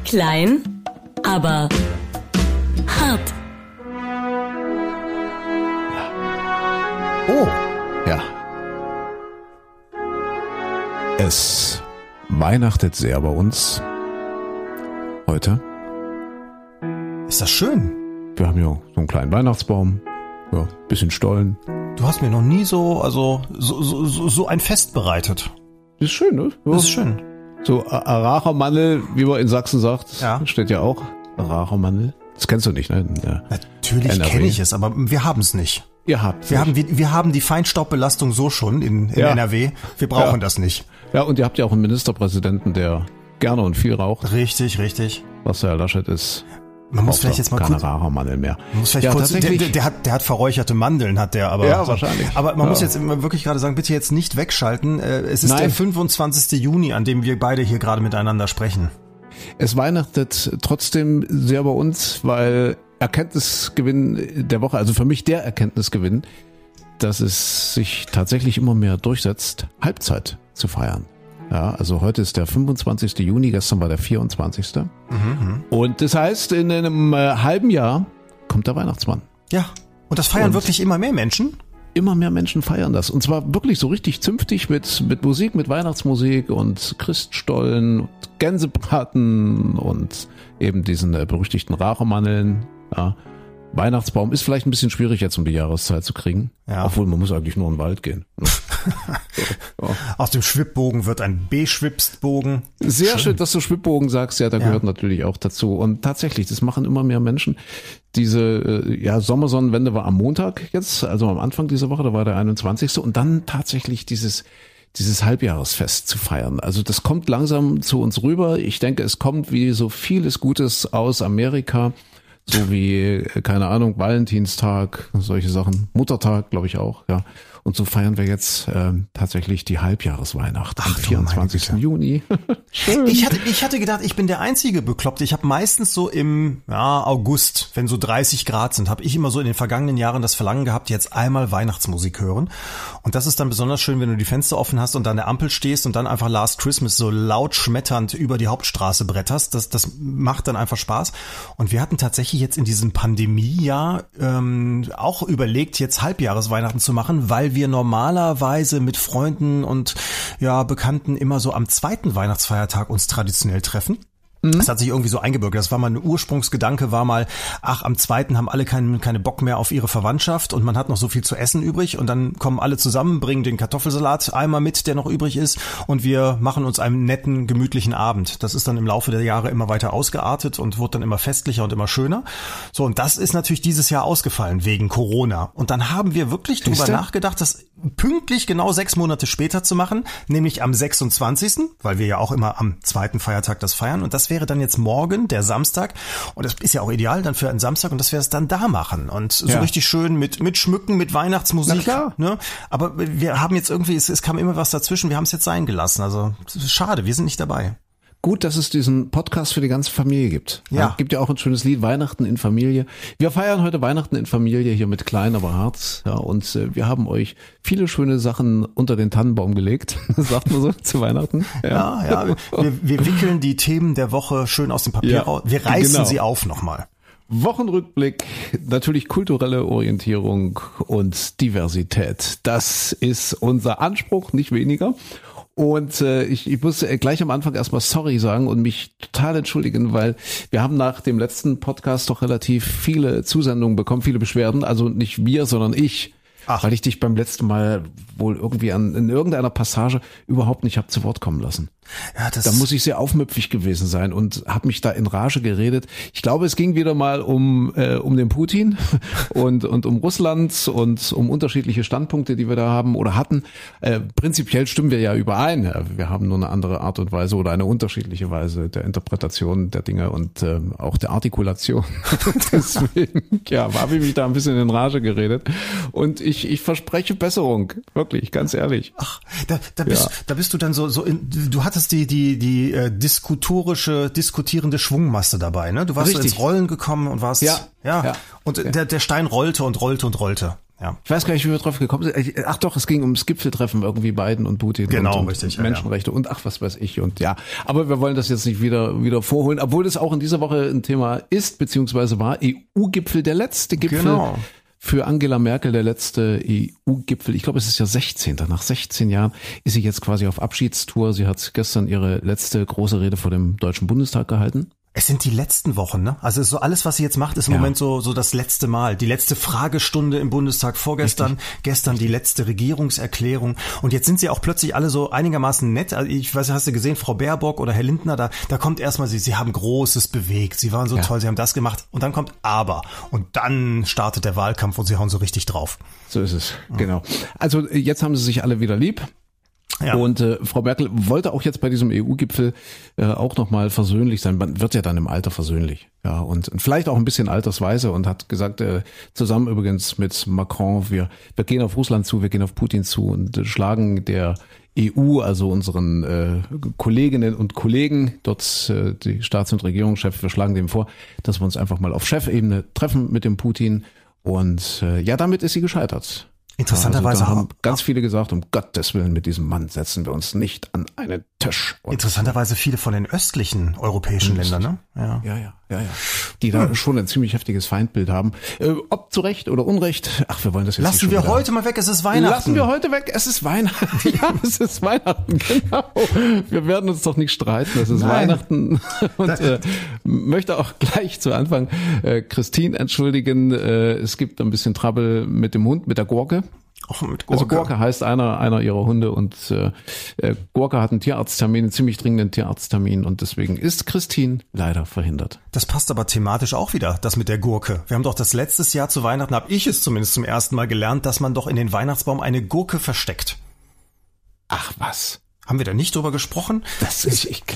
Klein, aber hart. Oh, ja. Es weihnachtet sehr bei uns heute. Ist das schön? Wir haben ja so einen kleinen Weihnachtsbaum, ja, bisschen Stollen. Du hast mir noch nie so ein Fest bereitet. Ist schön, ne? Ja. Das ist schön. So Arachermandel, wie man in Sachsen sagt, Ja. steht ja auch Arachermandel. Das kennst du nicht, ne? Natürlich NRW. kenne ich es, aber wir haben es nicht. Ihr habt Wir haben die Feinstaubbelastung so schon in Ja. NRW. Wir brauchen Ja. das nicht. Ja, und ihr habt ja auch einen Ministerpräsidenten, der gerne und viel raucht. Richtig, richtig. Was Herr Laschet ist. Man muss braucht vielleicht er jetzt mal keine kurz, Arachermandel mehr. man muss vielleicht Ja, kurz tatsächlich. der hat verräucherte Mandeln, hat der, aber. Ja, wahrscheinlich. Aber man Ja. muss jetzt immer wirklich gerade sagen, bitte jetzt nicht wegschalten. Es ist Nein. der 25. Juni, an dem wir beide hier gerade miteinander sprechen. Es weihnachtet trotzdem sehr bei uns, weil Erkenntnisgewinn der Woche, also für mich der Erkenntnisgewinn, dass es sich tatsächlich immer mehr durchsetzt, Halbzeit zu feiern. Ja, also heute ist der 25. Juni, gestern war der 24. Und das heißt, in einem halben Jahr kommt der Weihnachtsmann. Ja. Und das feiern Und- wirklich immer mehr Menschen? Immer mehr Menschen feiern das. Und zwar wirklich so richtig zünftig mit Musik, mit Weihnachtsmusik und Christstollen, und Gänsebraten und eben diesen berüchtigten Rachemandeln. Ja. Weihnachtsbaum ist vielleicht ein bisschen schwierig jetzt um die Jahreszeit zu kriegen. Ja. Obwohl man muss eigentlich nur in den Wald gehen. Ja. Aus dem Schwibbogen wird ein Beschwipstbogen. Sehr schön, dass du Schwibbogen sagst. Ja, da Ja. gehört natürlich auch dazu. Und tatsächlich, das machen immer mehr Menschen. Diese Sommersonnenwende war am Montag jetzt, also am Anfang dieser Woche, da war der 21. Und dann tatsächlich dieses Halbjahresfest zu feiern. Also das kommt langsam zu uns rüber. Ich denke, es kommt wie so vieles Gutes aus Amerika. So wie, keine Ahnung, Valentinstag, solche Sachen. Muttertag, glaube ich auch, ja. Und so feiern wir jetzt tatsächlich die Halbjahresweihnacht am Ach du 24. meine Güte. Juni. Schön. Ich hatte gedacht, ich bin der einzige Bekloppte. Ich habe meistens so im August, wenn so 30 Grad sind, habe ich immer so in den vergangenen Jahren das Verlangen gehabt, jetzt einmal Weihnachtsmusik hören. Und das ist dann besonders schön, wenn du die Fenster offen hast und an der Ampel stehst und dann einfach Last Christmas so laut schmetternd über die Hauptstraße bretterst. Das macht dann einfach Spaß. Und wir hatten tatsächlich jetzt in diesem Pandemiejahr auch überlegt, jetzt Halbjahresweihnachten zu machen, weil wir normalerweise mit Freunden und Bekannten immer so am zweiten Weihnachtsfeiertag uns traditionell treffen. Das hat sich irgendwie so eingebürgert. Das war mal ein Ursprungsgedanke, war mal, am zweiten haben alle keine Bock mehr auf ihre Verwandtschaft und man hat noch so viel zu essen übrig und dann kommen alle zusammen, bringen den Kartoffelsalat einmal mit, der noch übrig ist und wir machen uns einen netten, gemütlichen Abend. Das ist dann im Laufe der Jahre immer weiter ausgeartet und wurde dann immer festlicher und immer schöner. So, und das ist natürlich dieses Jahr ausgefallen wegen Corona. Und dann haben wir wirklich drüber Siehste? nachgedacht, das pünktlich genau 6 Monate später zu machen, nämlich am 26., weil wir ja auch immer am zweiten Feiertag das feiern und das wäre dann jetzt morgen, der Samstag und das ist ja auch ideal dann für einen Samstag und dass wir es dann da machen und so Ja. richtig schön mit Schmücken, mit Weihnachtsmusik. Na klar. Ne? Aber wir haben jetzt irgendwie, es kam immer was dazwischen, wir haben es jetzt sein gelassen, also es ist schade, wir sind nicht dabei. Gut, dass es diesen Podcast für die ganze Familie gibt. Ja. Gibt ja auch ein schönes Lied, Weihnachten in Familie. Wir feiern heute Weihnachten in Familie hier mit Klein, aber hart. Ja, und wir haben euch viele schöne Sachen unter den Tannenbaum gelegt. Sagt man so, zu Weihnachten. Ja, wir wickeln die Themen der Woche schön aus dem Papier Ja, raus. Wir reißen genau. sie auf nochmal. Wochenrückblick, natürlich kulturelle Orientierung und Diversität. Das ist unser Anspruch, nicht weniger. Und ich muss gleich am Anfang erstmal sorry sagen und mich total entschuldigen, weil wir haben nach dem letzten Podcast doch relativ viele Zusendungen bekommen, viele Beschwerden. Also nicht wir, sondern ich. Ach. Weil ich dich beim letzten Mal wohl irgendwie in irgendeiner Passage überhaupt nicht hab zu Wort kommen lassen. Ja, das Da muss ich sehr aufmüpfig gewesen sein und habe mich da in Rage geredet. Ich glaube, es ging wieder mal um den Putin und um Russland und um unterschiedliche Standpunkte, die wir da haben oder hatten. Prinzipiell stimmen wir ja überein. Wir haben nur eine andere Art und Weise oder eine unterschiedliche Weise der Interpretation der Dinge und auch der Artikulation. Deswegen, habe ich mich da ein bisschen in Rage geredet. Und ich verspreche Besserung. Wirklich, ganz ehrlich. Ach, da bist du dann du hattest die diskutierende Schwungmasse dabei, ne? Du warst so Richtig. ins Rollen gekommen und warst, Ja. und der Stein rollte und rollte und rollte. Ja. Ich weiß gar nicht, wie wir drauf gekommen sind. Ach doch, es ging ums Gipfeltreffen irgendwie Biden und Putin und richtig, Menschenrechte und ach, was weiß ich und ja. Aber wir wollen das jetzt nicht wieder vorholen, obwohl das auch in dieser Woche ein Thema ist, beziehungsweise war EU-Gipfel, der letzte Gipfel für Angela Merkel, der letzte EU-Gipfel. Ich glaube, es ist ja 16. Nach 16 Jahren ist sie jetzt quasi auf Abschiedstour. Sie hat gestern ihre letzte große Rede vor dem Deutschen Bundestag gehalten. Es sind die letzten Wochen, ne? Also so alles, was sie jetzt macht, ist im Moment so das letzte Mal. Die letzte Fragestunde im Bundestag vorgestern, gestern die letzte Regierungserklärung. Und jetzt sind sie auch plötzlich alle so einigermaßen nett. Also ich weiß, hast du gesehen, Frau Baerbock oder Herr Lindner, da kommt erstmal sie haben Großes bewegt, sie waren so toll, sie haben das gemacht. Und dann kommt aber. Und dann startet der Wahlkampf und sie hauen so richtig drauf. So ist es, genau. Also jetzt haben sie sich alle wieder lieb. Ja. Und Frau Merkel wollte auch jetzt bei diesem EU-Gipfel auch nochmal versöhnlich sein. Man wird ja dann im Alter versöhnlich. Ja, und vielleicht auch ein bisschen altersweise und hat gesagt, zusammen übrigens mit Macron, wir gehen auf Russland zu, wir gehen auf Putin zu und schlagen der EU, also unseren Kolleginnen und Kollegen, dort die Staats- und Regierungschefs, wir schlagen dem vor, dass wir uns einfach mal auf Chefebene treffen mit dem Putin. Und damit ist sie gescheitert. Interessanterweise also haben ganz viele gesagt, um Gottes Willen, mit diesem Mann setzen wir uns nicht an einen Tisch. Interessanterweise viele von den östlichen europäischen Ländern, ne? Ja. Die da schon ein ziemlich heftiges Feindbild haben. Ob zu Recht oder Unrecht, ach, wir wollen das jetzt nicht schon wieder. Heute mal weg, es ist Weihnachten. Lassen wir heute weg, es ist Weihnachten. Ja, es ist Weihnachten, genau. Wir werden uns doch nicht streiten, es ist Weihnachten. Und möchte auch gleich zu Anfang Christine entschuldigen. Es gibt ein bisschen Trouble mit dem Hund, mit der Gurke. Also Gurke heißt einer ihrer Hunde und Gurke hat einen Tierarzttermin, einen ziemlich dringenden Tierarzttermin und deswegen ist Christine leider verhindert. Das passt aber thematisch auch wieder, das mit der Gurke. Wir haben doch das letztes Jahr zu Weihnachten, habe ich es zumindest zum ersten Mal gelernt, dass man doch in den Weihnachtsbaum eine Gurke versteckt. Ach was? Haben wir da nicht drüber gesprochen? Es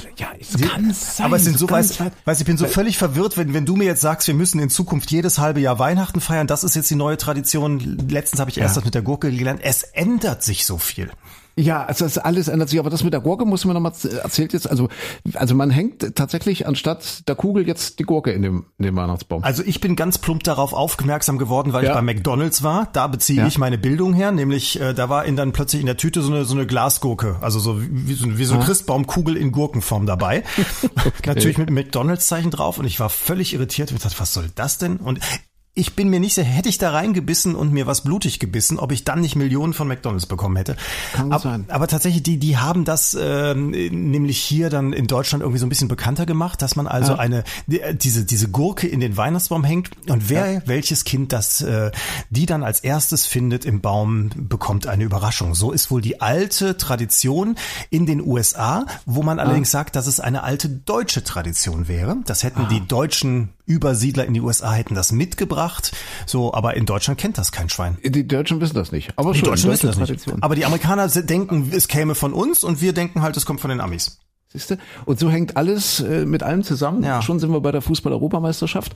kann sein. Aber es sind so, ich bin so völlig verwirrt, wenn du mir jetzt sagst, wir müssen in Zukunft jedes halbe Jahr Weihnachten feiern, das ist jetzt die neue Tradition. Letztens habe ich erst das mit der Gurke gelernt. Es ändert sich so viel. Ja, also das alles ändert sich, aber das mit der Gurke muss man nochmal erzählt jetzt, also man hängt tatsächlich anstatt der Kugel jetzt die Gurke in dem Weihnachtsbaum. Also ich bin ganz plump darauf aufmerksam geworden, weil ich bei McDonald's war, da beziehe ich meine Bildung her, nämlich da war dann plötzlich in der Tüte so eine Glasgurke, also so wie so eine Christbaumkugel in Gurkenform dabei. Okay. Natürlich mit einem McDonald's-Zeichen drauf und ich war völlig irritiert, ich dachte, was soll das denn? Und ich bin mir nicht sicher, hätte ich da reingebissen und mir was blutig gebissen, ob ich dann nicht Millionen von McDonald's bekommen hätte. Kann sein. Aber tatsächlich, die haben das nämlich hier dann in Deutschland irgendwie so ein bisschen bekannter gemacht, dass man also diese Gurke in den Weihnachtsbaum hängt und welches Kind das die dann als erstes findet im Baum, bekommt eine Überraschung. So ist wohl die alte Tradition in den USA, wo man allerdings sagt, dass es eine alte deutsche Tradition wäre. Das hätten die deutschen Übersiedler in die USA hätten das mitgebracht, so, aber in Deutschland kennt das kein Schwein. Die Deutschen wissen das nicht. Aber die Deutschen wissen das Tradition. Nicht. Aber die Amerikaner denken, es käme von uns und wir denken halt, es kommt von den Amis. Siehste? Und so hängt alles mit allem zusammen. Ja. Schon sind wir bei der Fußball-Europameisterschaft,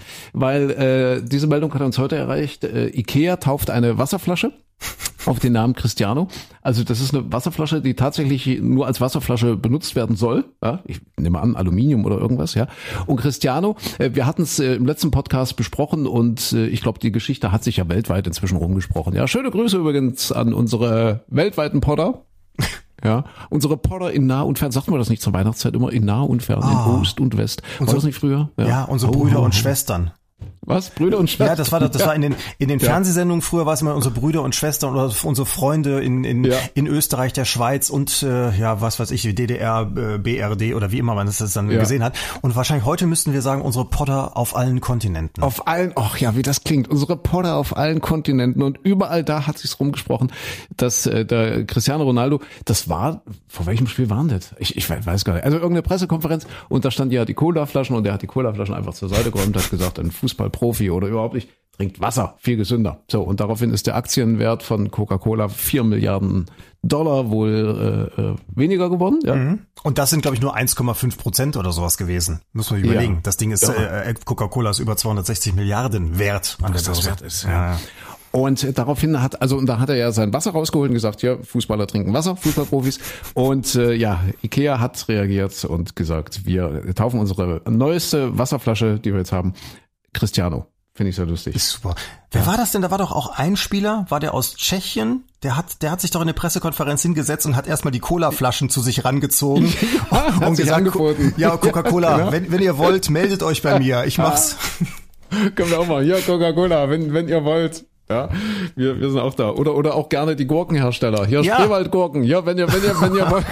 weil diese Meldung hat uns heute erreicht. Ikea tauft eine Wasserflasche auf den Namen Cristiano. Also das ist eine Wasserflasche, die tatsächlich nur als Wasserflasche benutzt werden soll. Ja, ich nehme an, Aluminium oder irgendwas. Ja. Und Cristiano, wir hatten es im letzten Podcast besprochen und ich glaube, die Geschichte hat sich ja weltweit inzwischen rumgesprochen. Ja, schöne Grüße übrigens an unsere weltweiten Podder. Ja, unsere Podder in Nah und Fern, sagt man das nicht zur Weihnachtszeit immer, in Nah und Fern, in Ost und West. War das nicht früher? Ja, unsere Brüder und Schwestern. Was? Brüder und Schwestern? Ja, das war in den Fernsehsendungen früher, war es immer unsere Brüder und Schwestern oder unsere Freunde in Österreich, der Schweiz und was weiß ich, DDR, BRD oder wie immer man das dann gesehen hat. Und wahrscheinlich heute müssten wir sagen, unsere Podder auf allen Kontinenten. Auf allen, ach ja, wie das klingt. Unsere Podder auf allen Kontinenten und überall da hat sich's rumgesprochen, dass der Cristiano Ronaldo, das war, vor welchem Spiel waren das? Ich weiß gar nicht. Also irgendeine Pressekonferenz und da stand ja die Colaflaschen und er hat die Colaflaschen einfach zur Seite geräumt, hat gesagt, ein Fußballprofi oder überhaupt nicht, trinkt Wasser, viel gesünder. So, und daraufhin ist der Aktienwert von Coca-Cola 4 Milliarden Dollar wohl weniger geworden. Ja. Mhm. Und das sind, glaube ich, nur 1,5% oder sowas gewesen. Muss man überlegen. Ja. Das Ding ist, Coca-Cola ist über 260 Milliarden wert an der Börse. Wert ist, ja. Und daraufhin da hat er ja sein Wasser rausgeholt und gesagt, ja, Fußballer trinken Wasser, Fußballprofis. Und Ikea hat reagiert und gesagt, wir taufen unsere neueste Wasserflasche, die wir jetzt haben, Cristiano. Finde ich sehr lustig. Ist super. Wer war das denn? Da war doch auch ein Spieler, war der aus Tschechien? Der hat sich doch in eine Pressekonferenz hingesetzt und hat erstmal die Colaflaschen zu sich rangezogen und gesagt, angeboten. Ja, Coca-Cola, wenn ihr wollt, meldet euch bei mir. Ich mach's. Können wir auch mal. Ja, Coca-Cola, wenn ihr wollt. Ja, wir sind auch da. Oder auch gerne die Gurkenhersteller. Hier, Spreewaldgurken. Ja, wenn ihr wollt.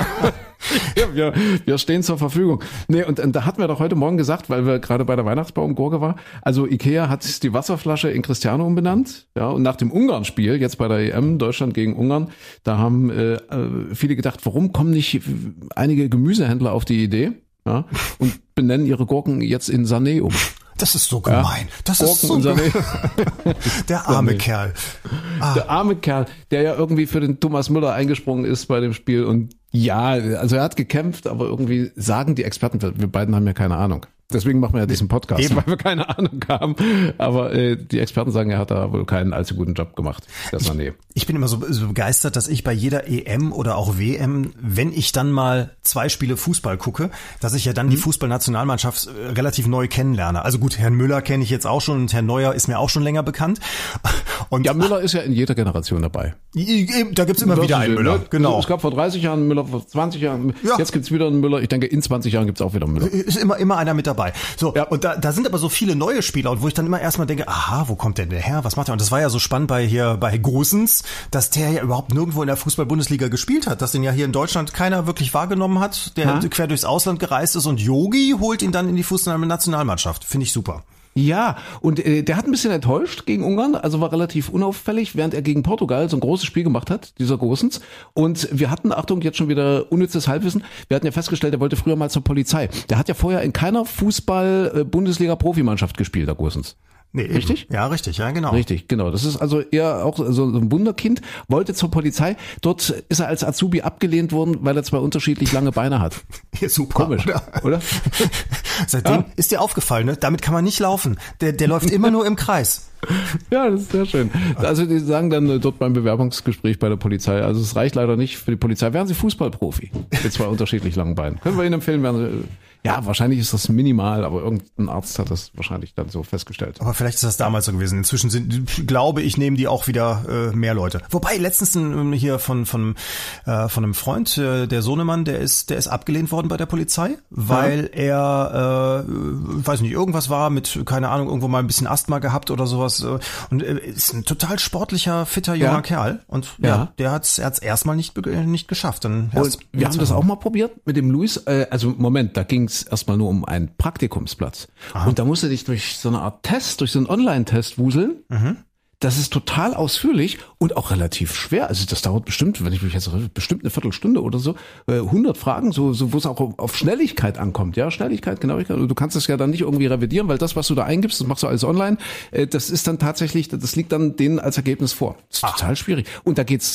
Ja, wir stehen zur Verfügung. Nee, und da hatten wir doch heute Morgen gesagt, weil wir gerade bei der Weihnachtsbaumgurke waren, also Ikea hat die Wasserflasche in Cristiano umbenannt, ja, und nach dem Ungarn-Spiel, jetzt bei der EM, Deutschland gegen Ungarn, da haben viele gedacht, warum kommen nicht einige Gemüsehändler auf die Idee, ja, und benennen ihre Gurken jetzt in Sané um. Das ist so gemein. Ja, das ist so gemein. Der arme Kerl. Der arme Kerl, der ja irgendwie für den Thomas Müller eingesprungen ist bei dem Spiel. Und ja, also er hat gekämpft, aber irgendwie sagen die Experten, wir beiden haben ja keine Ahnung. Deswegen machen wir ja diesen Podcast, weil wir keine Ahnung haben. Aber die Experten sagen, er hat da wohl keinen allzu guten Job gemacht. Ich bin immer so begeistert, dass ich bei jeder EM oder auch WM, wenn ich dann mal 2 Spiele Fußball gucke, dass ich ja dann die Fußballnationalmannschaft relativ neu kennenlerne. Also gut, Herrn Müller kenne ich jetzt auch schon und Herrn Neuer ist mir auch schon länger bekannt. Und ja, Müller ist ja in jeder Generation dabei. Da gibt's immer wieder einen Müller. Genau. Es gab vor 30 Jahren einen Müller, vor 20 Jahren. Ja. Jetzt gibt's wieder einen Müller. Ich denke, in 20 Jahren gibt's auch wieder einen Müller. Ist immer einer mit dabei. So, ja. Und da sind aber so viele neue Spieler und wo ich dann immer erstmal denke, aha, wo kommt denn der her? Was macht er? Und das war ja so spannend bei Gosens, dass der ja überhaupt nirgendwo in der Fußball-Bundesliga gespielt hat, dass den ja hier in Deutschland keiner wirklich wahrgenommen hat, der quer durchs Ausland gereist ist und Yogi holt ihn dann in die Fußballnationalmannschaft. Finde ich super. Ja, und der hat ein bisschen enttäuscht gegen Ungarn, also war relativ unauffällig, während er gegen Portugal so ein großes Spiel gemacht hat, dieser Gosens. Und wir hatten, Achtung, jetzt schon wieder unnützes Halbwissen, wir hatten ja festgestellt, er wollte früher mal zur Polizei. Der hat ja vorher in keiner Fußball-Bundesliga-Profimannschaft gespielt, der Gosens. Nee, richtig? Ja, richtig, ja, genau. Richtig, genau. Das ist also eher auch so ein Wunderkind, wollte zur Polizei. Dort ist er als Azubi abgelehnt worden, weil er 2 unterschiedlich lange Beine hat. Ja, super. Komisch, oder? Seitdem ist dir aufgefallen, ne? Damit kann man nicht laufen. Der läuft immer nur im Kreis. Ja, das ist sehr schön. Also die sagen dann dort beim Bewerbungsgespräch bei der Polizei, also es reicht leider nicht für die Polizei. Wären Sie Fußballprofi mit 2 unterschiedlich langen Beinen? Können wir Ihnen empfehlen, wären Sie... Ja, wahrscheinlich ist das minimal, aber irgendein Arzt hat das wahrscheinlich dann so festgestellt. Aber vielleicht ist das damals so gewesen. Inzwischen glaube ich, nehmen die auch wieder mehr Leute. Wobei letztens hier von einem Freund, der Sohnemann, der ist abgelehnt worden bei der Polizei, weil er, weiß nicht, irgendwas war mit, keine Ahnung, irgendwo mal ein bisschen Asthma gehabt oder sowas. Und ist ein total sportlicher, fitter, junger Kerl. Und der hat's erstmal nicht geschafft. Dann wir haben das auch mal probiert mit dem Luis. Also Moment, da ging's erstmal nur um einen Praktikumsplatz. Aha. Und da musst du dich durch so eine Art Test, durch so einen Online-Test wuseln. Mhm. Das ist total ausführlich und auch relativ schwer. Also das dauert bestimmt, wenn ich mich jetzt bestimmt eine Viertelstunde oder so, 100 Fragen, so wo es auch auf Schnelligkeit ankommt. Ja, Schnelligkeit, Genauigkeit. Und du kannst das ja dann nicht irgendwie revidieren, weil das, was du da eingibst, das machst du alles online. Das ist dann tatsächlich, das liegt dann denen als Ergebnis vor. Das ist total schwierig. Und da geht's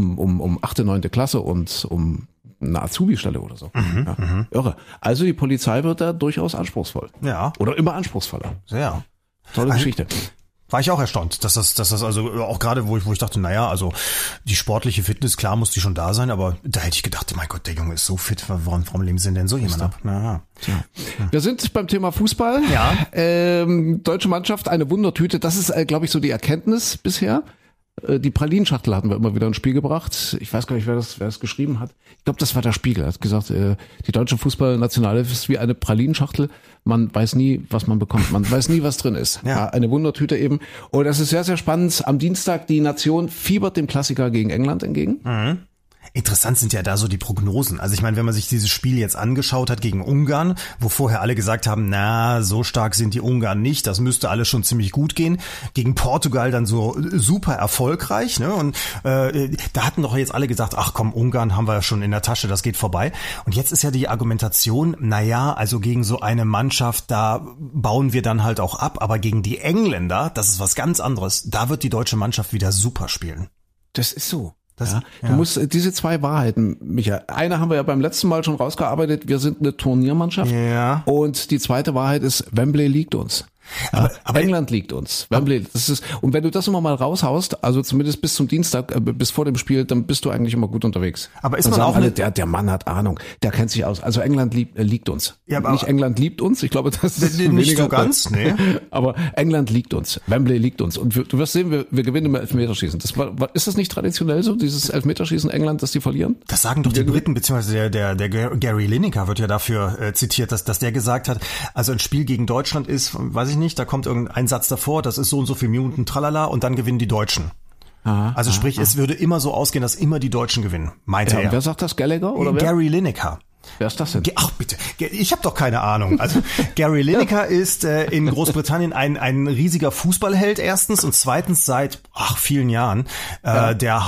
um 8., 9. Klasse und um eine Azubi-Stelle oder so. Irre. Also die Polizei wird da durchaus anspruchsvoll. Ja. Oder immer anspruchsvoller. Sehr. Tolle Geschichte. War ich auch erstaunt, dass das also auch gerade, wo ich dachte, naja, also die sportliche Fitness, klar muss die schon da sein, aber da hätte ich gedacht, mein Gott, der Junge ist so fit, warum lehnen sie denn so jemand ab? Ja. Wir sind beim Thema Fußball. Ja. Deutsche Mannschaft, eine Wundertüte, das ist, glaube ich, so die Erkenntnis bisher. Die Pralinschachtel hatten wir immer wieder ins Spiel gebracht. Ich weiß gar nicht, wer das geschrieben hat. Ich glaube, das war der Spiegel. Er hat gesagt, die deutsche Fußballnationalelf ist wie eine Pralinschachtel. Man weiß nie, was man bekommt. Man weiß nie, was drin ist. Ja, eine Wundertüte eben. Und das ist sehr, sehr spannend. Am Dienstag, die Nation fiebert dem Klassiker gegen England entgegen. Mhm. Interessant sind ja da so die Prognosen. Also ich meine, wenn man sich dieses Spiel jetzt angeschaut hat gegen Ungarn, wo vorher alle gesagt haben, na, so stark sind die Ungarn nicht, das müsste alles schon ziemlich gut gehen. Gegen Portugal dann so super erfolgreich, ne? Und da hatten doch jetzt alle gesagt, ach komm, Ungarn haben wir ja schon in der Tasche, das geht vorbei. Und jetzt ist ja die Argumentation, naja, also gegen so eine Mannschaft, da bauen wir dann halt auch ab, aber gegen die Engländer, das ist was ganz anderes. Da wird die deutsche Mannschaft wieder super spielen. Das ist so. Du musst diese 2 Wahrheiten, Micha. Eine haben wir ja beim letzten Mal schon rausgearbeitet. Wir sind eine Turniermannschaft. Ja. Und die zweite Wahrheit ist, Wembley liegt uns. Aber England liegt uns. Wembley, das ist, und wenn du das immer mal raushaust, also zumindest bis zum Dienstag, bis vor dem Spiel, dann bist du eigentlich immer gut unterwegs. Aber ist dann man sagen auch alle, der Mann hat Ahnung, der kennt sich aus. Also England liegt uns. Ja, aber nicht England liebt uns, ich glaube, das ist nicht weniger, so ganz, nee. Aber England liegt uns. Wembley liegt uns. Und du wirst sehen, wir gewinnen im Elfmeterschießen. Ist das nicht traditionell so, dieses Elfmeterschießen England, dass die verlieren? Das sagen doch die Briten, beziehungsweise der Gary Lineker wird ja dafür zitiert, dass der gesagt hat, also ein Spiel gegen Deutschland ist, weiß ich nicht, da kommt irgendein Satz davor, das ist so und so viele Minuten, tralala, und dann gewinnen die Deutschen. Also sprich, es würde immer so ausgehen, dass immer die Deutschen gewinnen, meinte er. Wer sagt das, Gallagher oder wer? Gary Lineker. Wer ist das denn? Ach bitte, ich habe doch keine Ahnung. Also Gary Lineker ist in Großbritannien ein riesiger Fußballheld erstens und zweitens seit vielen Jahren der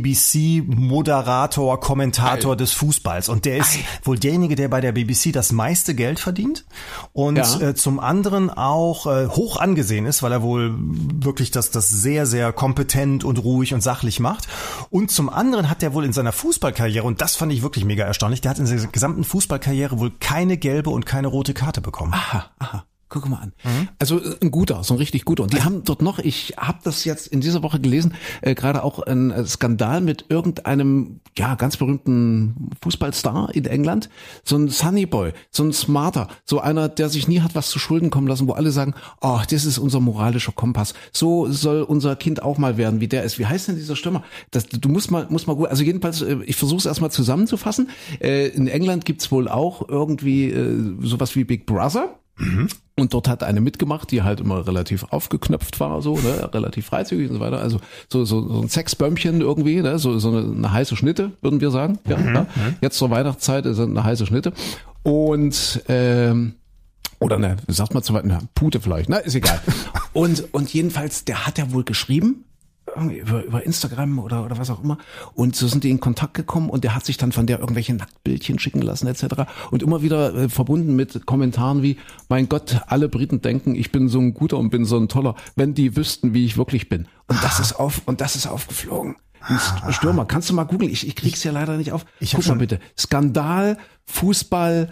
Haupt-BBC-Moderator, Kommentator des Fußballs. Und der ist wohl derjenige, der bei der BBC das meiste Geld verdient und zum anderen auch hoch angesehen ist, weil er wohl wirklich das sehr, sehr kompetent und ruhig und sachlich macht. Und zum anderen hat er wohl in seiner Fußballkarriere, und das fand ich wirklich mega erstaunlich, der hat in seiner gesamten Fußballkarriere wohl keine gelbe und keine rote Karte bekommen. Aha. Guck mal an. Also ein guter, so ein richtig guter. Und die haben dort noch, ich habe das jetzt in dieser Woche gelesen, gerade auch ein Skandal mit irgendeinem ganz berühmten Fußballstar in England. So ein Sunny Boy, so ein Smarter, so einer, der sich nie hat was zu Schulden kommen lassen, wo alle sagen, das ist unser moralischer Kompass. So soll unser Kind auch mal werden, wie der ist. Wie heißt denn dieser Stürmer? Du musst mal gut, also jedenfalls, ich versuche es erstmal zusammenzufassen. In England gibt's wohl auch irgendwie sowas wie Big Brother. Und dort hat eine mitgemacht, die halt immer relativ aufgeknöpft war, so, ne, relativ freizügig und so weiter. Also so ein Sexbömmchen irgendwie, ne, so eine heiße Schnitte, würden wir sagen. Ja. Jetzt zur Weihnachtszeit ist eine heiße Schnitte. Und oder ne, wie sagt man zu weit, Pute vielleicht, ne, ist egal. Und jedenfalls, der hat ja wohl geschrieben, über Instagram oder was auch immer, und so sind die in Kontakt gekommen und der hat sich dann von der irgendwelche Nacktbildchen schicken lassen etc. und immer wieder verbunden mit Kommentaren wie, mein Gott, alle Briten denken, ich bin so ein guter und bin so ein toller, wenn die wüssten, wie ich wirklich bin. Und das ist aufgeflogen. Ein Stürmer, kannst du mal googeln, ich krieg's ja leider nicht auf. Guck mal bitte, Skandal, Fußball,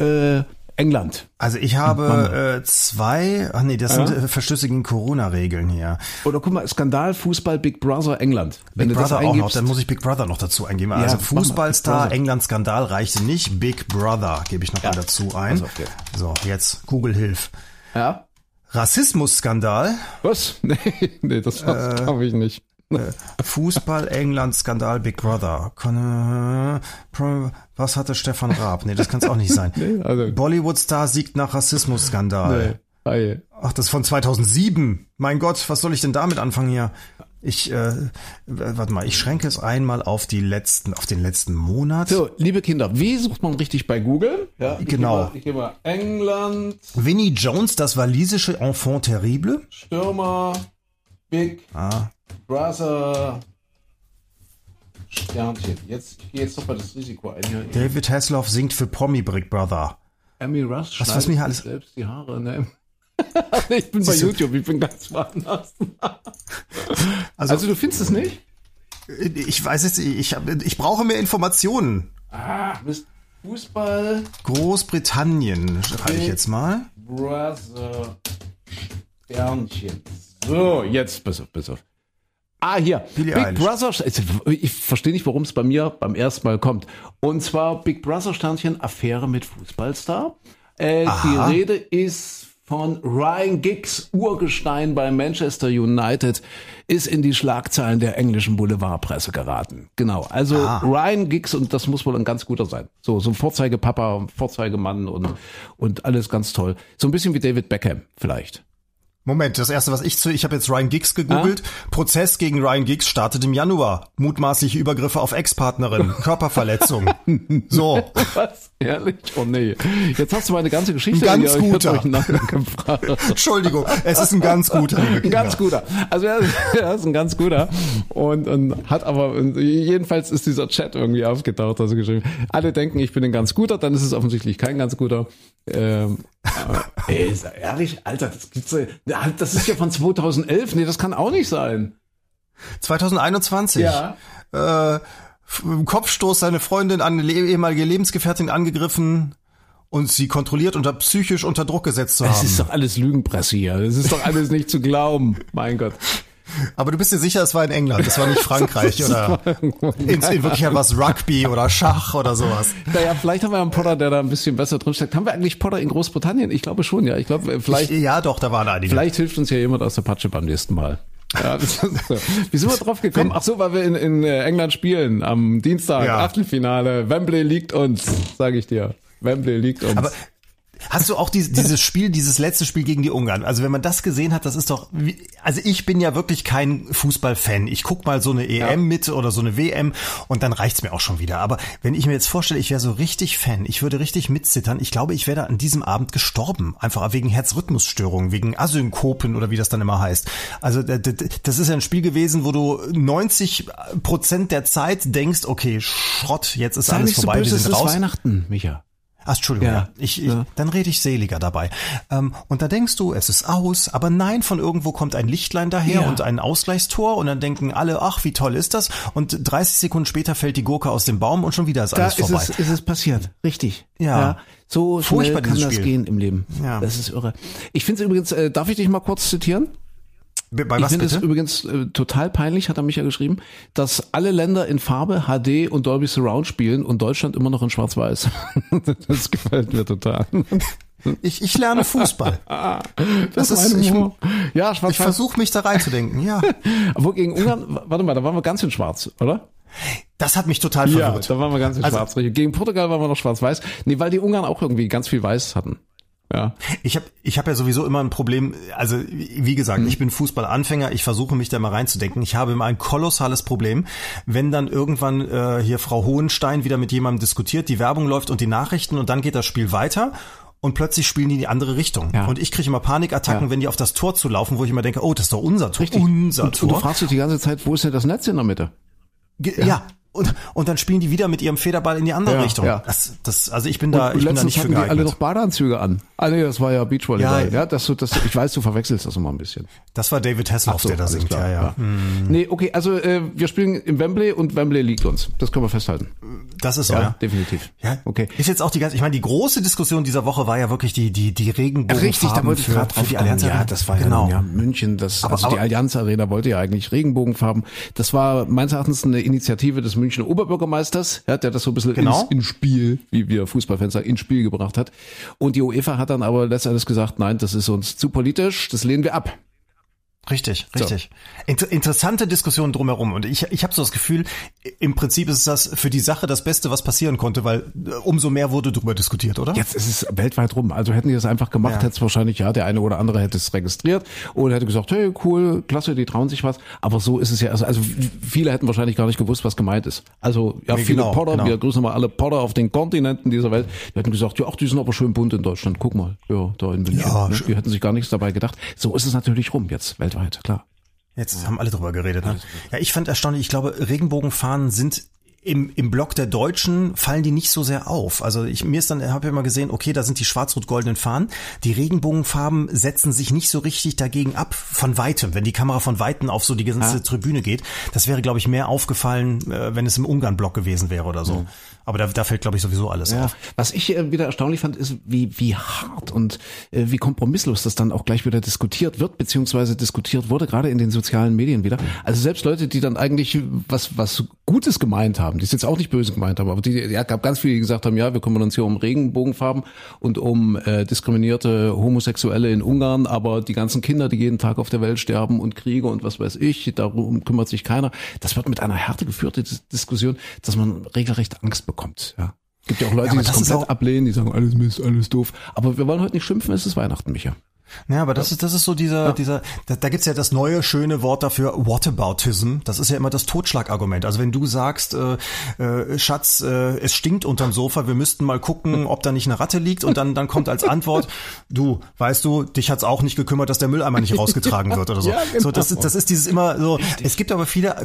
England. Also ich habe zwei, das sind Verstöße gegen Corona-Regeln hier. Oder guck mal, Skandal, Fußball, Big Brother, England. Wenn Big Brother auch noch, dann muss ich Big Brother noch dazu eingeben. Ja, also Fußballstar, England, Skandal reichte nicht. Big Brother gebe ich noch mal dazu ein. So, jetzt Google hilf. Ja. Rassismus-Skandal. Was? Nee, das glaube ich nicht. Fußball, England, Skandal, Big Brother. Was hatte Stefan Raab? Nee, das kann es auch nicht sein. Nee, also. Bollywood-Star siegt nach Rassismus-Skandal. Nee. Ach, das ist von 2007. Mein Gott, was soll ich denn damit anfangen hier? Warte mal, ich schränke es einmal auf den letzten Monat. So, liebe Kinder, wie sucht man richtig bei Google? Ja, genau. Ich gebe mal England. Vinnie Jones, das walisische Enfant terrible. Stürmer, Big Brother, Sternchen. Ich gehe jetzt doch mal das Risiko ein hier. David Hasselhoff singt für Promi Big Brother. Amy Rush was mir alles selbst die Haare, ne? Ich bin bei YouTube, ich bin ganz woanders. Also du findest es nicht? Ich weiß es, ich brauche mehr Informationen. Mist. Fußball. Großbritannien, schreibe ich jetzt mal. Brother Sternchen. So, jetzt, pass auf. Hier, Big Brother, ich verstehe nicht, warum es bei mir beim ersten Mal kommt. Und zwar Big Brother Sternchen, Affäre mit Fußballstar. Die Rede ist von Ryan Giggs, Urgestein bei Manchester United, ist in die Schlagzeilen der englischen Boulevardpresse geraten. Genau, also Ryan Giggs, und das muss wohl ein ganz guter sein. So ein Vorzeigepapa, Vorzeigemann und alles ganz toll. So ein bisschen wie David Beckham vielleicht. Moment, das erste, ich habe jetzt Ryan Giggs gegoogelt. Prozess gegen Ryan Giggs startet im Januar. Mutmaßliche Übergriffe auf Ex-Partnerin, Körperverletzung. So. Was? Ehrlich? Oh nee. Jetzt hast du meine ganze Geschichte ganz guter. Entschuldigung, es ist ein ganz guter. Ein ganz guter. Also er ist ein ganz guter und hat aber, jedenfalls ist dieser Chat irgendwie aufgetaucht, also geschrieben. Alle denken, ich bin ein ganz guter, dann ist es offensichtlich kein ganz guter. Ehrlich, Alter, das ist ja von 2011. Nee, das kann auch nicht sein. 2021. Ja. Kopfstoß, seine Freundin, eine ehemalige Lebensgefährtin angegriffen und sie kontrolliert und psychisch unter Druck gesetzt zu Das haben. ist doch alles Lügenpresse hier. Das ist doch alles nicht zu glauben. Mein Gott. Aber du bist dir sicher, es war in England, das war nicht Frankreich oder in Wirklichkeit was Rugby oder Schach oder sowas. Naja, vielleicht haben wir einen Potter, der da ein bisschen besser drinsteckt. Haben wir eigentlich Potter in Großbritannien? Ich glaube schon, ja. Ich glaube, vielleicht. Ja, doch, da waren einige. Vielleicht hilft uns ja jemand aus der Patsche beim nächsten Mal. Ja, das ist so. Wie sind wir drauf gekommen? Ach so, weil wir in England spielen am Dienstag, Ja. Achtelfinale. Wembley liegt uns, sage ich dir. Wembley liegt uns. Aber hast du auch dieses Spiel, dieses letzte Spiel gegen die Ungarn? Also wenn man das gesehen hat, das ist doch, also ich bin ja wirklich kein Fußballfan. Ich guck mal so eine EM mit oder so eine WM und dann reicht's mir auch schon wieder. Aber wenn ich mir jetzt vorstelle, ich wäre so richtig Fan, ich würde richtig mitzittern, ich glaube, ich wäre da an diesem Abend gestorben. Einfach wegen Herzrhythmusstörungen, wegen Asynkopen oder wie das dann immer heißt. Also das ist ja ein Spiel gewesen, wo du 90% der Zeit denkst, okay, Schrott, jetzt ist sei alles nicht so vorbei, böse, wir es sind ist raus. Weihnachten, Micha. Ach, Entschuldigung, Ja. ja. Dann rede ich seliger dabei. Und da denkst du, es ist aus, aber nein, von irgendwo kommt ein Lichtlein daher Ja. und ein Ausgleichstor und dann denken alle, ach, wie toll ist das? Und 30 Sekunden später fällt die Gurke aus dem Baum und schon wieder ist Da alles vorbei. ist es passiert, richtig. Ja. So schnell Furchtbar, kann dieses das Spiel. gehen im Leben. Ja. Das ist irre. Ich finde es übrigens, darf ich dich mal kurz zitieren? Bei Ich was finde es bitte? übrigens total peinlich, hat er mich ja geschrieben, dass alle Länder in Farbe, HD und Dolby Surround spielen und Deutschland immer noch in Schwarz-Weiß. Das gefällt mir total. Ich lerne Fußball. Das ist- mein ich- Humor. Ja, Ich Schwarz-Weiß. versuche mich da reinzudenken, ja. Obwohl gegen Ungarn, warte mal, da waren wir ganz in Schwarz, oder? Das hat mich total Ja, verwirrt. da waren wir ganz in Also- Schwarz. Gegen Portugal waren wir noch Schwarz-Weiß. Nee, weil die Ungarn auch irgendwie ganz viel Weiß hatten. Ja. Ich hab ja sowieso immer ein Problem, also wie gesagt, ich bin Fußballanfänger, ich versuche mich da mal reinzudenken. Ich habe immer ein kolossales Problem, wenn dann irgendwann hier Frau Hohenstein wieder mit jemandem diskutiert, die Werbung läuft und die Nachrichten und dann geht das Spiel weiter und plötzlich spielen die in die andere Richtung. Ja. Und ich kriege immer Panikattacken, Ja. wenn die auf das Tor zulaufen, wo ich immer denke, oh, das ist doch unser Tor. Richtig. Unser Und du Tor. fragst dich die ganze Zeit, wo ist denn das Netz in der Mitte? Ja. Und dann spielen die wieder mit ihrem Federball in die andere Ja, Richtung. ja. Also ich bin da Und nicht letztens für hatten die alle geeignet. noch Badeanzüge an. Ah nee, das war ja Beachvolleyball. Ja. Ja, ich weiß, du verwechselst das immer ein bisschen. Das war David Hasselhoff, der da alles singt. klar, Ja. Nee, okay, also wir spielen im Wembley und Wembley liegt uns. Das können wir festhalten. Das ist so, ja. Definitiv. Ja, Okay. Ist jetzt auch ich meine, die große Diskussion dieser Woche war ja wirklich die Regenbogenfarben Richtig, da wollte ich gerade drauf die kommen. Allianz Arena. Ja, das war genau. ja München. Die aber- Allianz Arena wollte ja eigentlich Regenbogenfarben. Das war meines Erachtens eine Initiative des Münchner Oberbürgermeisters, ja, der das so ein bisschen Genau. ins Spiel, wie wir Fußballfans sagen, ins Spiel gebracht hat. Und die UEFA hat dann aber letztendlich gesagt, nein, das ist uns zu politisch, das lehnen wir ab. Richtig. Interessante Diskussion drumherum. Und ich habe so das Gefühl, im Prinzip ist das für die Sache das Beste, was passieren konnte, weil umso mehr wurde drüber diskutiert, oder? Jetzt ist es weltweit rum. Also hätten die das einfach gemacht, Ja. hätte es wahrscheinlich, ja, der eine oder andere hätte es registriert oder hätte gesagt, hey, cool, klasse, die trauen sich was. Aber so ist es ja, also viele hätten wahrscheinlich gar nicht gewusst, was gemeint ist. Also, ja, Nee, viele genau, Potter, genau. wir grüßen mal alle Potter auf den Kontinenten dieser Welt. Die hätten gesagt, ja, ach, die sind aber schön bunt in Deutschland. Guck mal, ja, da in München. Ja, Ne? schön. Die hätten sich gar nichts dabei gedacht. So ist es natürlich rum jetzt, weltweit, klar. Jetzt haben alle drüber geredet. Ne? Ja, ich fand erstaunlich, ich glaube, Regenbogenfahnen sind im Block der Deutschen fallen die nicht so sehr auf. Also habe ja immer gesehen, okay, da sind die schwarz-rot-goldenen Fahnen. Die Regenbogenfarben setzen sich nicht so richtig dagegen ab von weitem. Wenn die Kamera von weitem auf so die ganze Tribüne geht, das wäre, glaube ich, mehr aufgefallen, wenn es im Ungarn-Block gewesen wäre oder so. Aber da fällt, glaube ich, sowieso alles Ja, auf. was ich wieder erstaunlich fand, ist, wie hart und wie kompromisslos das dann auch gleich wieder diskutiert wird, beziehungsweise diskutiert wurde, gerade in den sozialen Medien wieder. Also selbst Leute, die dann eigentlich was Gutes gemeint haben, die es jetzt auch nicht böse gemeint haben, aber gab ganz viele, die gesagt haben, ja, wir kümmern uns hier um Regenbogenfarben und um diskriminierte Homosexuelle in Ungarn, aber die ganzen Kinder, die jeden Tag auf der Welt sterben und Kriege und was weiß ich, darum kümmert sich keiner. Das wird mit einer Härte geführte Diskussion, dass man regelrecht Angst bekommt, ja. Gibt ja auch Leute, aber die das das ist komplett auch- ablehnen, die sagen, alles Mist, alles doof. Aber wir wollen heute nicht schimpfen, es ist Weihnachten, Micha. Ja, aber das ist so da gibt's ja das neue schöne Wort dafür, Whataboutism. Das ist ja immer das Totschlagargument. Also wenn du sagst, Schatz, es stinkt unterm Sofa, wir müssten mal gucken, ob da nicht eine Ratte liegt und dann kommt als Antwort, du, weißt du, dich hat's auch nicht gekümmert, dass der Mülleimer nicht rausgetragen wird oder so. Ja, genau. So, das ist dieses immer so, es gibt aber viele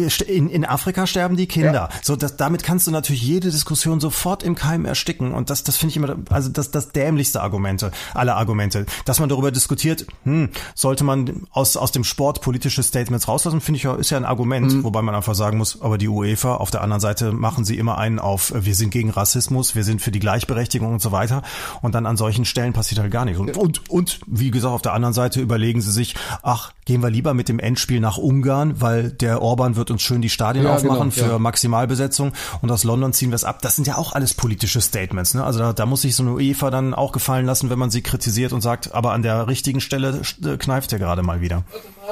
in Afrika sterben die Kinder. Ja. So, damit kannst du natürlich jede Diskussion sofort im Keim ersticken und das finde ich immer, also das dämlichste aller Argumente, dass man man darüber diskutiert, sollte man aus dem Sport politische Statements rauslassen, finde ich ja, ist ja ein Argument, wobei man einfach sagen muss, aber die UEFA auf der anderen Seite machen sie immer einen auf, wir sind gegen Rassismus, wir sind für die Gleichberechtigung und so weiter, und dann an solchen Stellen passiert halt gar nichts. Und wie gesagt, auf der anderen Seite überlegen sie sich, ach, gehen wir lieber mit dem Endspiel nach Ungarn, weil der Orban wird uns schön die Stadien aufmachen für Maximalbesetzung, und aus London ziehen wir es ab. Das sind ja auch alles politische Statements, ne? Also da muss sich so eine UEFA dann auch gefallen lassen, wenn man sie kritisiert und sagt, aber an der richtigen Stelle kneift er gerade mal wieder.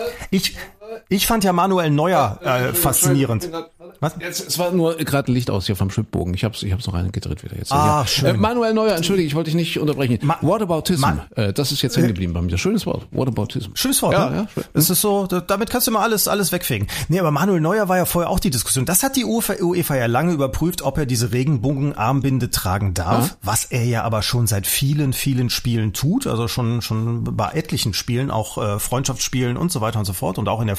Ich fand ja Manuel Neuer faszinierend. Was? Es war nur gerade Licht aus hier vom Schwibbogen. Ich hab's noch reingedreht wieder jetzt. Schön. Manuel Neuer, entschuldige, ich wollte dich nicht unterbrechen. Whataboutism, das ist jetzt hängen geblieben bei mir. Schönes Wort. Whataboutism. Schönes Wort, ja, ne? Ja, schön. Das ist so, damit kannst du mal alles wegfegen. Nee, aber Manuel Neuer war ja vorher auch die Diskussion. Das hat die UEFA ja lange überprüft, ob er diese Regenbogenarmbinde tragen darf, was er ja aber schon seit vielen, vielen Spielen tut, also schon bei etlichen Spielen, auch Freundschaftsspielen und so weiter und so fort, und auch in der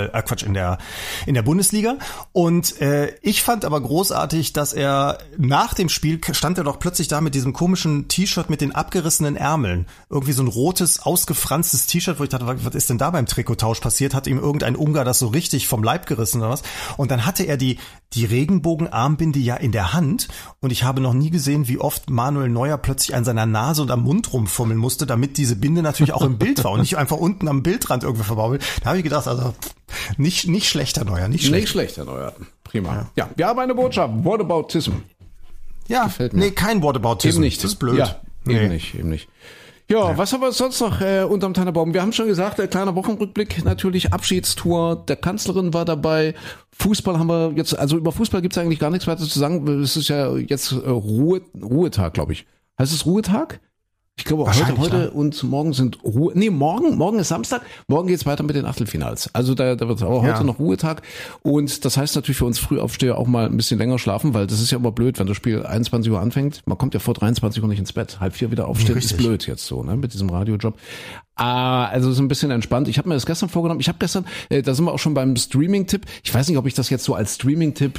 in der Bundesliga. Und ich fand aber großartig, dass er nach dem Spiel stand er doch plötzlich da mit diesem komischen T-Shirt mit den abgerissenen Ärmeln. Irgendwie so ein rotes, ausgefranstes T-Shirt, wo ich dachte, was ist denn da beim Trikottausch passiert? Hat ihm irgendein Ungar das so richtig vom Leib gerissen oder was? Und dann hatte er die Regenbogenarmbinde ja in der Hand, und ich habe noch nie gesehen, wie oft Manuel Neuer plötzlich an seiner Nase und am Mund rumfummeln musste, damit diese Binde natürlich auch im Bild war und nicht einfach unten am Bildrand irgendwie verbaumelt. Da habe ich gedacht, also nicht schlechter Neuer, nicht schlechter Neuer. Prima. Ja, wir haben eine Botschaft. Whataboutism. Ja, gefällt mir. Nee, kein Whataboutism. Eben nicht. Das ist blöd. Ja, eben nicht. Ja, was haben wir sonst noch unterm Tannenbaum? Wir haben schon gesagt, kleiner Wochenrückblick, natürlich Abschiedstour der Kanzlerin war dabei. Fußball haben wir jetzt, also über Fußball gibt's eigentlich gar nichts weiter zu sagen. Es ist ja jetzt Ruhetag, glaube ich. Heißt es Ruhetag? Ich glaube, heute und morgen sind morgen ist Samstag. Morgen geht's weiter mit den Achtelfinals. Also da wird aber heute noch Ruhetag. Und das heißt natürlich für uns Frühaufsteher auch mal ein bisschen länger schlafen, weil das ist ja immer blöd, wenn das Spiel 21 Uhr anfängt. Man kommt ja vor 23 Uhr nicht ins Bett. 3:30 wieder aufstehen, ist blöd jetzt so, ne, mit diesem Radiojob. Also so ein bisschen entspannt. Ich habe mir das gestern vorgenommen. Ich habe gestern, da sind wir auch schon beim Streaming-Tipp. Ich weiß nicht, ob ich das jetzt so als Streaming-Tipp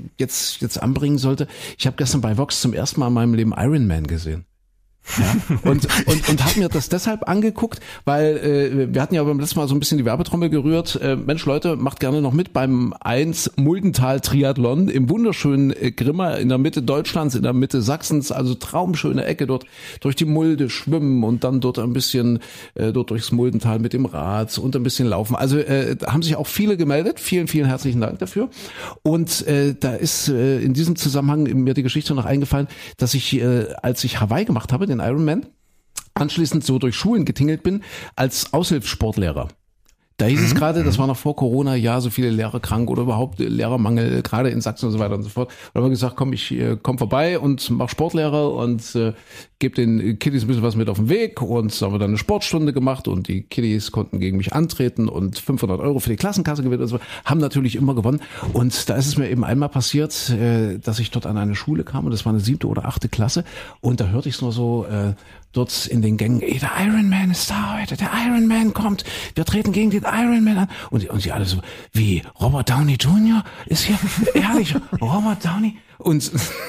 jetzt anbringen sollte. Ich habe gestern bei Vox zum ersten Mal in meinem Leben Iron Man gesehen. Ja, und habe mir das deshalb angeguckt, weil wir hatten ja beim letzten Mal so ein bisschen die Werbetrommel gerührt. Mensch, Leute, macht gerne noch mit beim 1 Muldental Triathlon im wunderschönen Grimma in der Mitte Deutschlands, in der Mitte Sachsens, also traumschöne Ecke dort durch die Mulde schwimmen und dann dort ein bisschen dort durchs Muldental mit dem Rad und ein bisschen laufen. Also haben sich auch viele gemeldet. Vielen, vielen herzlichen Dank dafür. Und da ist in diesem Zusammenhang mir die Geschichte noch eingefallen, dass ich, als ich Hawaii gemacht habe, den Ironman, anschließend so durch Schulen getingelt bin als Aushilfssportlehrer. Da hieß es gerade, das war noch vor Corona, ja, so viele Lehrer krank oder überhaupt Lehrermangel, gerade in Sachsen und so weiter und so fort. Da haben wir gesagt, komm, ich komm vorbei und mach Sportlehrer und gebe den Kiddies ein bisschen was mit auf den Weg. Und so haben wir dann eine Sportstunde gemacht und die Kiddies konnten gegen mich antreten und 500 € für die Klassenkasse gewinnen und so. Haben natürlich immer gewonnen. Und da ist es mir eben einmal passiert, dass ich dort an eine Schule kam und das war eine 7. oder 8. Klasse und da hörte ich es nur so, dort in den Gängen, der Iron Man ist da heute, der Iron Man kommt, wir treten gegen den Iron Man an. Und die alle so, wie, Robert Downey Jr. ist hier, ehrlich, Robert Downey? Und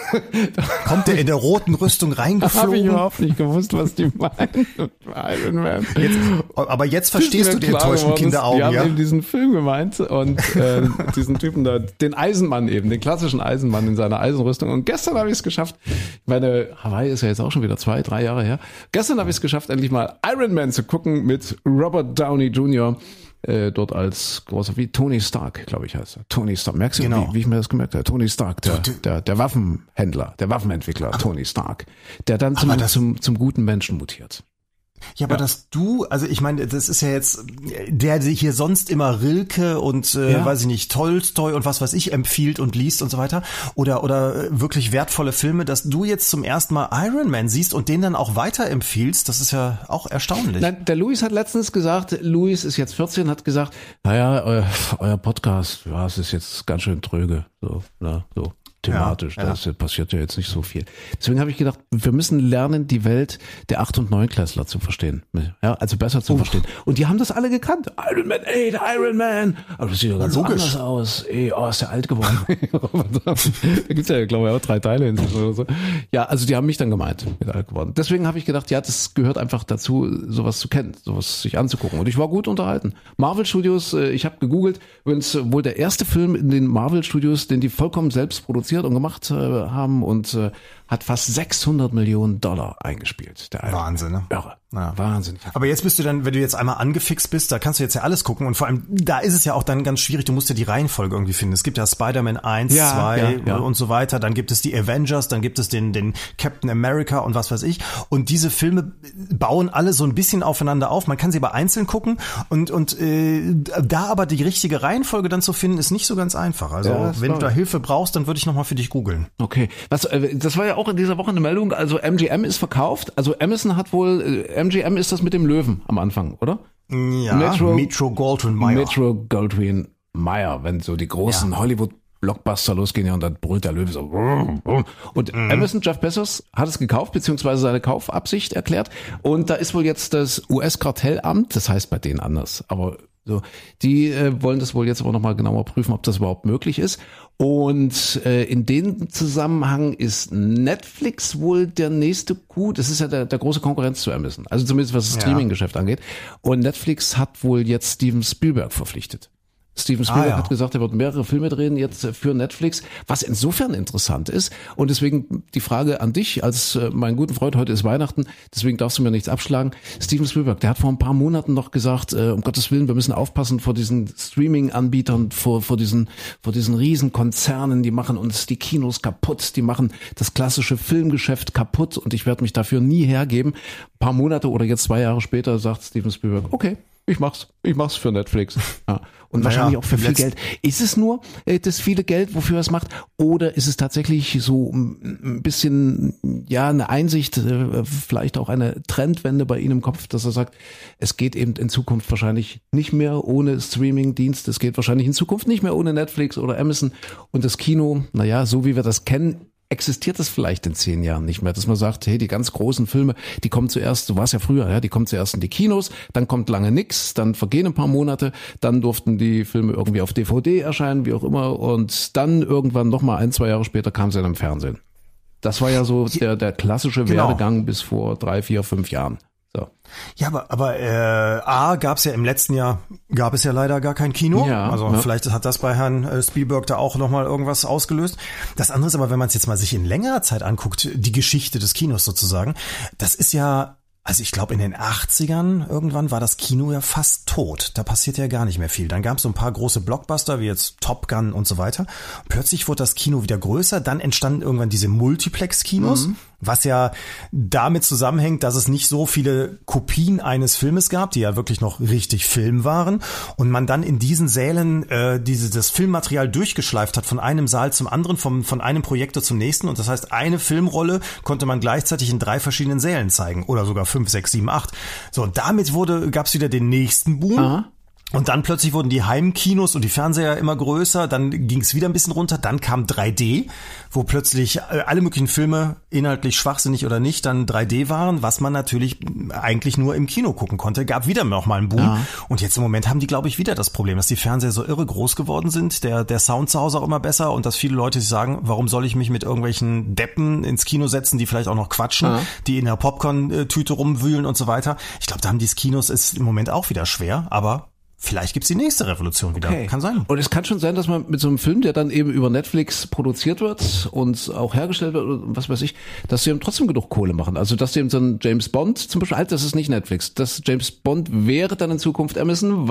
kommt der in der roten Rüstung reingeflogen? Habe ich überhaupt nicht gewusst, was die meinen. Iron Man. Aber jetzt verstehst du die enttäuschten Kinderaugen, ja? Die haben eben diesen Film gemeint und diesen Typen da, den Eisenmann eben, den klassischen Eisenmann in seiner Eisenrüstung. Und gestern habe ich es geschafft, meine Hawaii ist ja jetzt auch schon wieder 2-3 Jahre her, gestern habe ich es geschafft, endlich mal Iron Man zu gucken mit Robert Downey Jr., dort als großer, wie Tony Stark, glaube ich, heißt er. Tony Stark. Merkst du, genau, wie ich mir das gemerkt habe? Tony Stark, der Waffenhändler, der Waffenentwickler, Tony Stark, der dann zum guten Menschen mutiert. Ja, aber dass du, also ich meine, das ist ja jetzt, der sich hier sonst immer Rilke und, weiß ich nicht, Tolstoi und was weiß ich empfiehlt und liest und so weiter oder wirklich wertvolle Filme, dass du jetzt zum ersten Mal Iron Man siehst und den dann auch weiterempfiehlst, das ist ja auch erstaunlich. Nein, der Luis hat letztens gesagt, Luis ist jetzt 14, hat gesagt, naja, euer Podcast, ja, es ist jetzt ganz schön tröge, so. thematisch. Da passiert ja jetzt nicht so viel. Deswegen habe ich gedacht, wir müssen lernen, die Welt der 8- und 9-Klässler zu verstehen. Ja, also besser zu verstehen. Und die haben das alle gekannt. Iron Man 8, Iron Man. Aber das sieht ja ganz anders aus. Ist der alt geworden. Da gibt's ja, glaube ich, auch 3 Teile inzwischen oder so. Ja, also die haben mich dann gemeint, mit alt geworden. Deswegen habe ich gedacht, ja, das gehört einfach dazu, sowas zu kennen, sowas sich anzugucken. Und ich war gut unterhalten. Marvel Studios, ich habe gegoogelt, übrigens wohl der erste Film in den Marvel Studios, den die vollkommen selbst produziert und gemacht haben und hat fast $600 Millionen eingespielt. Der Wahnsinn, ne? Irre. Ja. Wahnsinn. Aber jetzt bist du dann, wenn du jetzt einmal angefixt bist, da kannst du jetzt ja alles gucken und vor allem, da ist es ja auch dann ganz schwierig, du musst ja die Reihenfolge irgendwie finden. Es gibt ja Spider-Man 1, 2 und so weiter, dann gibt es die Avengers, dann gibt es den Captain America und was weiß ich und diese Filme bauen alle so ein bisschen aufeinander auf, man kann sie aber einzeln gucken und da aber die richtige Reihenfolge dann zu finden, ist nicht so ganz einfach. Also wenn du da Hilfe brauchst, dann würde ich nochmal für dich googeln. Okay, das war ja auch in dieser Woche eine Meldung, also MGM ist verkauft, also Amazon hat wohl, MGM ist das mit dem Löwen am Anfang, oder? Ja, Metro-Goldwyn-Mayer, wenn so die großen Hollywood-Blockbuster losgehen, ja, und dann brüllt der Löwe so. Und Amazon, Jeff Bezos, hat es gekauft, beziehungsweise seine Kaufabsicht erklärt. Und da ist wohl jetzt das US-Kartellamt, das heißt bei denen anders, aber so, die wollen das wohl jetzt aber nochmal genauer prüfen, ob das überhaupt möglich ist. Und in dem Zusammenhang ist Netflix wohl der nächste Coup. Das ist ja der große Konkurrenz zu Amazon. Also zumindest was das Streaming-Geschäft angeht. Und Netflix hat wohl jetzt Steven Spielberg verpflichtet. Steven Spielberg hat gesagt, er wird mehrere Filme drehen jetzt für Netflix, was insofern interessant ist. Und deswegen die Frage an dich, als mein guten Freund, heute ist Weihnachten, deswegen darfst du mir nichts abschlagen. Steven Spielberg, der hat vor ein paar Monaten noch gesagt, um Gottes Willen, wir müssen aufpassen vor diesen Streaming-Anbietern, vor diesen Riesenkonzernen, die machen uns die Kinos kaputt, die machen das klassische Filmgeschäft kaputt und ich werde mich dafür nie hergeben. Ein paar Monate oder jetzt 2 Jahre später sagt Steven Spielberg, okay, ich mach's für Netflix. Ja. Und wahrscheinlich auch für viel Geld. Ist es nur das viele Geld, wofür er es macht? Oder ist es tatsächlich so ein bisschen, ja, eine Einsicht, vielleicht auch eine Trendwende bei Ihnen im Kopf, dass er sagt, es geht eben in Zukunft wahrscheinlich nicht mehr ohne Streaming-Dienst, es geht wahrscheinlich in Zukunft nicht mehr ohne Netflix oder Amazon und das Kino, naja, so wie wir das kennen, existiert das vielleicht in 10 Jahren nicht mehr, dass man sagt, hey, die ganz großen Filme, die kommen zuerst, so war es ja früher, ja, die kommen zuerst in die Kinos, dann kommt lange nix, dann vergehen ein paar Monate, dann durften die Filme irgendwie auf DVD erscheinen, wie auch immer, und dann irgendwann nochmal 1, 2 Jahre später kam sie dann im Fernsehen. Das war ja so der klassische Werdegang bis vor 3, 4, 5 Jahren. So. Ja, aber gab es ja im letzten Jahr, gab es ja leider gar kein Kino. Ja, also vielleicht hat das bei Herrn Spielberg da auch nochmal irgendwas ausgelöst. Das andere ist aber, wenn man es jetzt mal sich in längerer Zeit anguckt, die Geschichte des Kinos sozusagen, das ist ja, also ich glaube in den 80ern irgendwann war das Kino ja fast tot. Da passiert ja gar nicht mehr viel. Dann gab es so ein paar große Blockbuster wie jetzt Top Gun und so weiter. Plötzlich wurde das Kino wieder größer. Dann entstanden irgendwann diese Multiplex-Kinos, was ja damit zusammenhängt, dass es nicht so viele Kopien eines Filmes gab, die ja wirklich noch richtig Film waren. Und man dann in diesen Sälen das Filmmaterial durchgeschleift hat von einem Saal zum anderen, von einem Projektor zum nächsten. Und das heißt, eine Filmrolle konnte man gleichzeitig in 3 verschiedenen Sälen zeigen oder sogar 5, 6, 7, 8. So, und damit gab's wieder den nächsten Boom. Aha. Und dann plötzlich wurden die Heimkinos und die Fernseher immer größer, dann ging es wieder ein bisschen runter, dann kam 3D, wo plötzlich alle möglichen Filme, inhaltlich schwachsinnig oder nicht, dann 3D waren, was man natürlich eigentlich nur im Kino gucken konnte. Gab wieder noch mal einen Boom. Ja. Und jetzt im Moment haben die, glaube ich, wieder das Problem, dass die Fernseher so irre groß geworden sind, der Sound zu Hause auch immer besser und dass viele Leute sich sagen, warum soll ich mich mit irgendwelchen Deppen ins Kino setzen, die vielleicht auch noch quatschen, die in der Popcorn-Tüte rumwühlen und so weiter. Ich glaube, da haben die Kinos ist im Moment auch wieder schwer, aber vielleicht gibt's die nächste Revolution wieder. Okay. Kann sein. Und es kann schon sein, dass man mit so einem Film, der dann eben über Netflix produziert wird und auch hergestellt wird oder was weiß ich, dass sie eben trotzdem genug Kohle machen. Also dass sie eben so ein James Bond zum Beispiel, das ist nicht Netflix. Das James Bond wäre dann in Zukunft Amazon,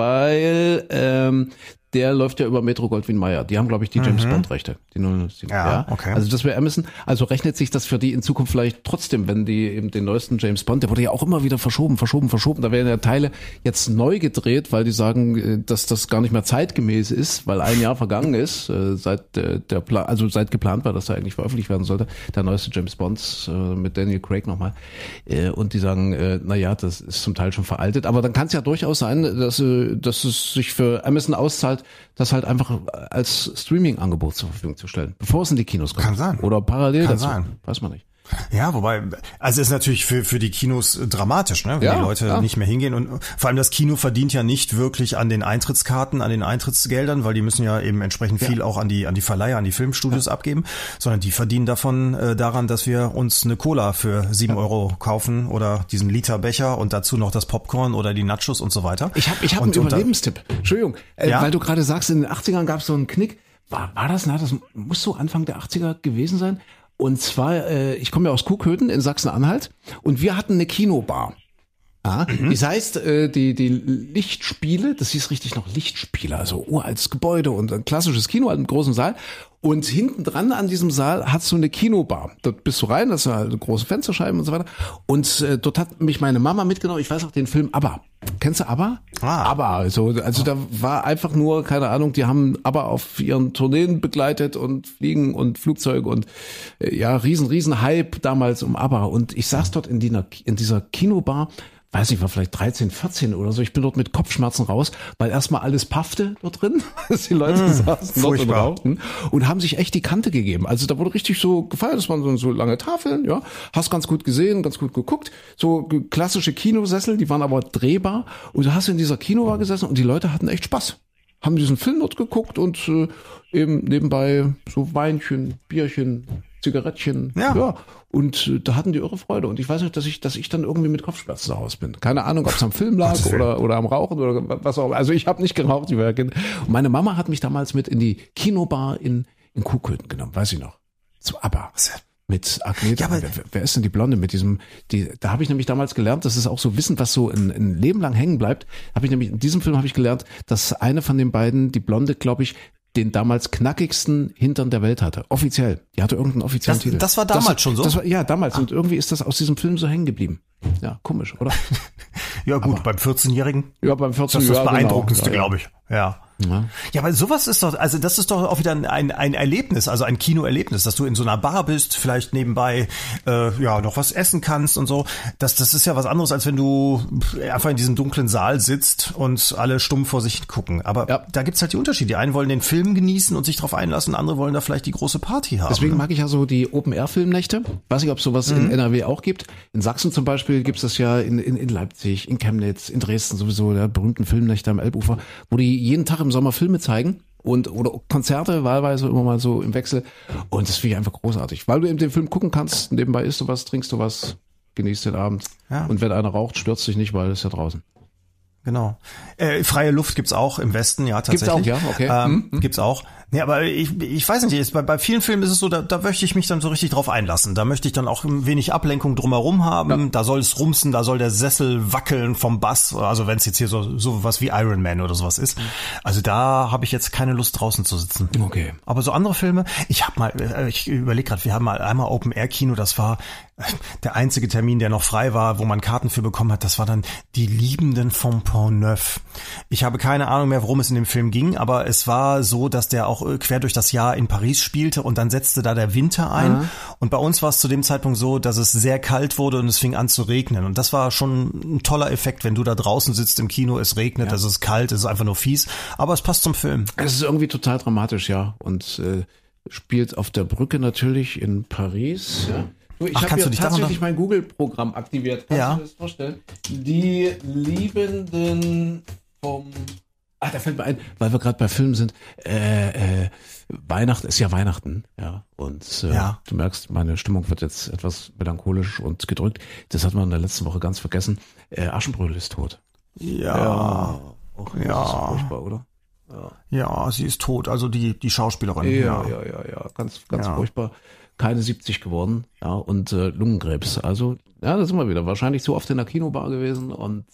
weil der läuft ja über Metro-Goldwyn-Mayer. Die haben, glaube ich, die James-Bond-Rechte. Ja, okay. Also das wäre Amazon. Also rechnet sich das für die in Zukunft vielleicht trotzdem, wenn die eben den neuesten James Bond, der wurde ja auch immer wieder verschoben. Da werden ja Teile jetzt neu gedreht, weil die sagen, dass das gar nicht mehr zeitgemäß ist, weil 1 Jahr vergangen ist, seit geplant war, dass er eigentlich veröffentlicht werden sollte, der neueste James Bond mit Daniel Craig nochmal. Und die sagen, das ist zum Teil schon veraltet. Aber dann kann es ja durchaus sein, dass es sich für Amazon auszahlt, das halt einfach als Streaming-Angebot zur Verfügung zu stellen, bevor es in die Kinos kommt. Kann sein. Oder parallel Kann dazu. sein. Weiß man nicht. Ja, wobei, also ist natürlich für die Kinos dramatisch, ne? Wenn Ja, die Leute ja. nicht mehr hingehen. Und vor allem das Kino verdient ja nicht wirklich an den Eintrittskarten, an den Eintrittsgeldern, weil die müssen ja eben entsprechend viel auch an die Verleiher, an die Filmstudios abgeben, sondern die verdienen davon daran, dass wir uns eine Cola für 7 Euro kaufen oder diesen Liter Becher und dazu noch das Popcorn oder die Nachos und so weiter. Ich hab einen Überlebenstipp. Entschuldigung, Ja? weil du gerade sagst, in den 80ern gab es so einen Knick. War das? Na, das muss so Anfang der 80er gewesen sein. Und zwar, ich komme ja aus Kuhköthen in Sachsen-Anhalt und wir hatten eine Kinobar. Ja, das heißt, die Lichtspiele, das hieß richtig noch Lichtspiele, also uraltes Gebäude und ein klassisches Kino, einen großen Saal. Und hinten dran an diesem Saal hat's so eine Kinobar. Dort bist du rein, das sind halt große Fensterscheiben und so weiter. Und dort hat mich meine Mama mitgenommen, ich weiß auch den Film ABBA. Kennst du ABBA? ABBA, also da war einfach nur, keine Ahnung, die haben ABBA auf ihren Tourneen begleitet und Fliegen und Flugzeuge und riesen Hype damals um ABBA. Und ich saß dort in dieser Kinobar, weiß nicht, war vielleicht 13, 14 oder so. Ich bin dort mit Kopfschmerzen raus, weil erstmal alles paffte dort drin, dass die Leute saßen dort und rauchten und haben sich echt die Kante gegeben. Also da wurde richtig so gefeiert, das waren so lange Tafeln, ja. Hast ganz gut gesehen, ganz gut geguckt. So klassische Kinosessel, die waren aber drehbar und du hast in dieser Kinobar gesessen und die Leute hatten echt Spaß. Haben diesen Film dort geguckt und eben nebenbei so Weinchen, Bierchen, Zigarettchen, ja. Und da hatten die irre Freude. Und ich weiß nicht, dass ich dann irgendwie mit Kopfschmerzen zu Hause bin. Keine Ahnung, ob es am Film lag oder am Rauchen oder was auch immer. Also ich habe nicht geraucht, ich war Kind. Und meine Mama hat mich damals mit in die Kinobar in Kuhköthen genommen, weiß ich noch. Zu ABBA. Mit Agneta. Ja, wer ist denn die Blonde mit diesem, da habe ich nämlich damals gelernt, das ist auch so Wissen, was so ein Leben lang hängen bleibt. In diesem Film habe ich gelernt, dass eine von den beiden, die Blonde, glaube ich, den damals knackigsten Hintern der Welt hatte. Offiziell. Die hatte irgendeinen offiziellen Titel. Das war damals schon so? Damals. Und irgendwie ist das aus diesem Film so hängen geblieben. Ja, komisch, oder? Ja gut, beim 14-Jährigen. Ja, beim 14-Jährigen. Das ist das Beeindruckendste, genau. glaube ich. Ja. Ja, aber sowas ist doch, also das ist doch auch wieder ein Erlebnis, also ein Kinoerlebnis, dass du in so einer Bar bist, vielleicht nebenbei noch was essen kannst und so. Das ist ja was anderes, als wenn du einfach in diesem dunklen Saal sitzt und alle stumm vor sich gucken. Aber da gibt's halt die Unterschiede. Die einen wollen den Film genießen und sich drauf einlassen, andere wollen da vielleicht die große Party haben. Deswegen mag ich ja so die Open-Air-Filmnächte. Weiß nicht, ob es sowas in NRW auch gibt. In Sachsen zum Beispiel gibt's das ja in Leipzig, in Chemnitz, in Dresden sowieso, der berühmten Filmnächte am Elbufer, wo die jeden Tag im Sommer Filme zeigen oder Konzerte wahlweise immer mal so im Wechsel und das finde ich einfach großartig, weil du eben den Film gucken kannst, nebenbei isst du was, trinkst du was, genießt den Abend und wenn einer raucht, stürzt dich nicht, weil es ja draußen. Genau. Freie Luft gibt's auch im Westen, ja, tatsächlich. Gibt's auch, ja, okay. Gibt's auch. Nee, aber ich weiß nicht, bei vielen Filmen ist es so, da möchte ich mich dann so richtig drauf einlassen. Da möchte ich dann auch ein wenig Ablenkung drumherum haben. Ja. Da soll es rumsen, da soll der Sessel wackeln vom Bass. Also wenn es jetzt hier so was wie Iron Man oder sowas ist. Also da habe ich jetzt keine Lust draußen zu sitzen. Okay. Aber so andere Filme, ich überlege gerade, wir haben mal einmal Open Air Kino, das war der einzige Termin, der noch frei war, wo man Karten für bekommen hat, das war dann Die Liebenden vom Pont Neuf. Ich habe keine Ahnung mehr, worum es in dem Film ging, aber es war so, dass der auch quer durch das Jahr in Paris spielte und dann setzte da der Winter ein. Und bei uns war es zu dem Zeitpunkt so, dass es sehr kalt wurde und es fing an zu regnen. Und das war schon ein toller Effekt, wenn du da draußen sitzt im Kino, es regnet, es ist kalt, es ist einfach nur fies, aber es passt zum Film. Es ist irgendwie total dramatisch, ja. Und spielt auf der Brücke natürlich in Paris, ja. Ich habe ja tatsächlich mein Google-Programm aktiviert. Kannst du dir das vorstellen? Die Liebenden vom... da fällt mir ein, weil wir gerade bei Filmen sind. Weihnachten ist ja Weihnachten, ja. Und du merkst, meine Stimmung wird jetzt etwas melancholisch und gedrückt. Das hat man in der letzten Woche ganz vergessen. Aschenbrödel ist tot. Ja. Das ist furchtbar, oder? Ja, sie ist tot, also die Schauspielerin. Ja. Ganz furchtbar. Keine 70 geworden, ja, und Lungenkrebs. Also, ja, da sind wir wieder. Wahrscheinlich zu oft in der Kinobar gewesen und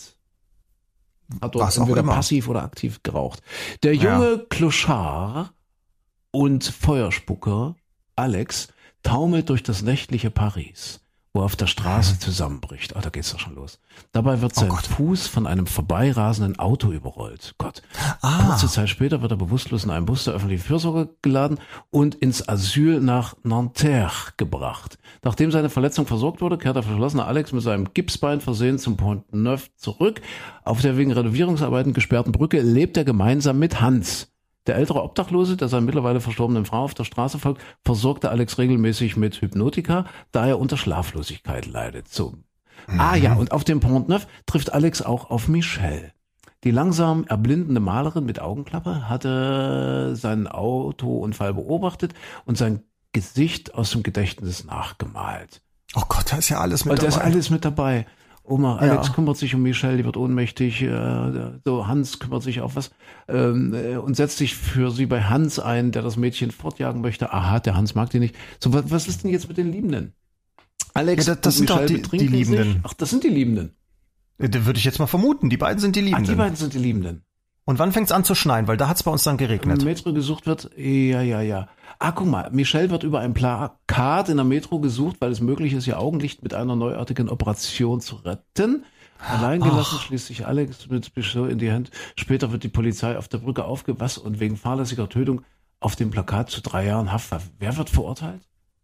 hat dort entweder passiv oder aktiv geraucht. Der junge Clochard und Feuerspucker Alex taumelt durch das nächtliche Paris, wo er auf der Straße zusammenbricht. Da geht's doch schon los. Dabei wird sein Fuß von einem vorbeirasenden Auto überrollt. Kurze Zeit später wird er bewusstlos in einen Bus der öffentlichen Fürsorge geladen und ins Asyl nach Nanterre gebracht. Nachdem seine Verletzung versorgt wurde, kehrt der verschlossene Alex mit seinem Gipsbein versehen zum Pont Neuf zurück. Auf der wegen Renovierungsarbeiten gesperrten Brücke lebt er gemeinsam mit Hans, Der ältere Obdachlose, der seiner mittlerweile verstorbenen Frau auf der Straße folgt, versorgte Alex regelmäßig mit Hypnotika, da er unter Schlaflosigkeit leidet. So. Ah ja, und auf dem Pont Neuf trifft Alex auch auf Michelle. Die langsam erblindende Malerin mit Augenklappe hatte seinen Autounfall beobachtet und sein Gesicht aus dem Gedächtnis nachgemalt. Oh Gott, da ist ja alles mit dabei. Und da ist alles mit dabei. Oma, Alex kümmert sich um Michelle, die wird ohnmächtig. So Hans kümmert sich auf was und setzt sich für sie bei Hans ein, der das Mädchen fortjagen möchte. Aha, der Hans mag die nicht. So, was ist denn jetzt mit den Liebenden? Alex, ja, das sind doch die Liebenden. Sich. Ach, das sind die Liebenden. Da würde ich jetzt mal vermuten, die beiden sind die Liebenden. Ach, die beiden sind die Liebenden. Und wann fängt's an zu schneien? Weil da hat's bei uns dann geregnet. Wenn Metro gesucht wird, ja. Ah, guck mal, Michelle wird über ein Plakat in der Metro gesucht, weil es möglich ist, ihr Augenlicht mit einer neuartigen Operation zu retten. Allein gelassen schließt sich Alex mit Michelle in die Hand. Später wird die Polizei auf der Brücke aufgepasst und wegen fahrlässiger Tötung auf dem Plakat zu 3 Jahren Haft. Wer wird verurteilt?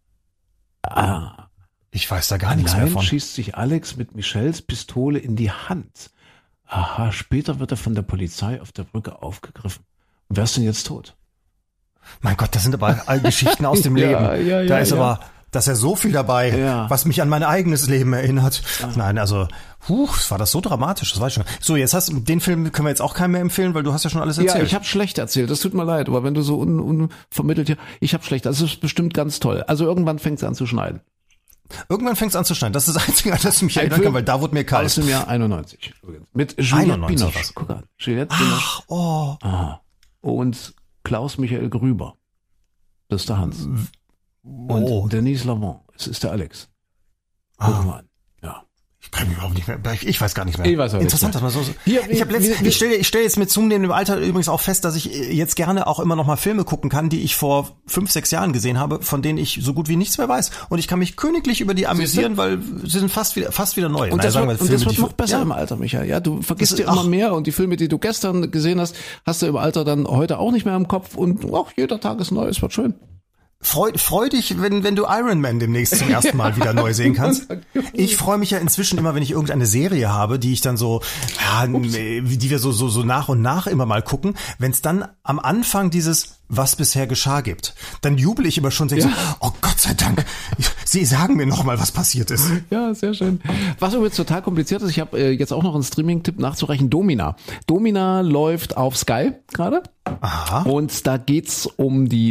Ich weiß da gar nichts mehr von. Schießt sich Alex mit Michelles Pistole in die Hand. Aha, später wird er von der Polizei auf der Brücke aufgegriffen. Und wer ist denn jetzt tot? Mein Gott, das sind aber Geschichten aus dem Leben. Da ist aber, da ist ja so viel dabei, was mich an mein eigenes Leben erinnert. Nein, also, war das so dramatisch, das weiß ich schon. So, jetzt den Film können wir jetzt auch keinem mehr empfehlen, weil du hast ja schon alles erzählt. Ja, ich habe schlecht erzählt, das tut mir leid, aber wenn du so unvermittelt hier, ich habe schlecht, das ist bestimmt ganz toll. Also irgendwann fängt es an zu schneiden. Irgendwann fängt es an zu schneiden. Das ist das Einzige, an das ich mich erinnern kann, weil da wurde mir kalt. Aus dem Jahr 91 übrigens. Mit Juliette Binoche. Guck an. Juliette Binoche. Aha. Und Klaus Michael Grüber. Das ist der Hans. Und Denise Lavant. Es ist der Alex. Guck mal an. Ja. Ich kann mich überhaupt nicht mehr. Ich weiß gar nicht mehr. Ich weiß auch Interessant, nicht dass man so. Ich stelle jetzt mit zunehmendem Alter übrigens auch fest, dass ich jetzt gerne auch immer noch mal Filme gucken kann, die ich vor 5, 6 Jahren gesehen habe, von denen ich so gut wie nichts mehr weiß. Und ich kann mich königlich über die amüsieren, weil sie sind fast wieder neu. Und das wird noch besser im Alter, Michael. Ja, du vergisst dir immer mehr und die Filme, die du gestern gesehen hast, hast du im Alter dann heute auch nicht mehr im Kopf und auch jeder Tag ist neu. Es wird schön. Freu dich, wenn du Iron Man demnächst zum ersten Mal wieder neu sehen kannst. Ich freue mich ja inzwischen immer, wenn ich irgendeine Serie habe, die ich dann so, die wir so nach und nach immer mal gucken. Wenn es dann am Anfang dieses was bisher geschah gibt, dann jubel ich immer schon und denke so, oh Gott sei Dank, Sie sagen mir noch mal, was passiert ist. Ja, sehr schön. Was übrigens total kompliziert ist, ich habe jetzt auch noch einen Streaming-Tipp nachzureichen, Domina. Domina läuft auf Sky gerade. Aha. Und da geht's um die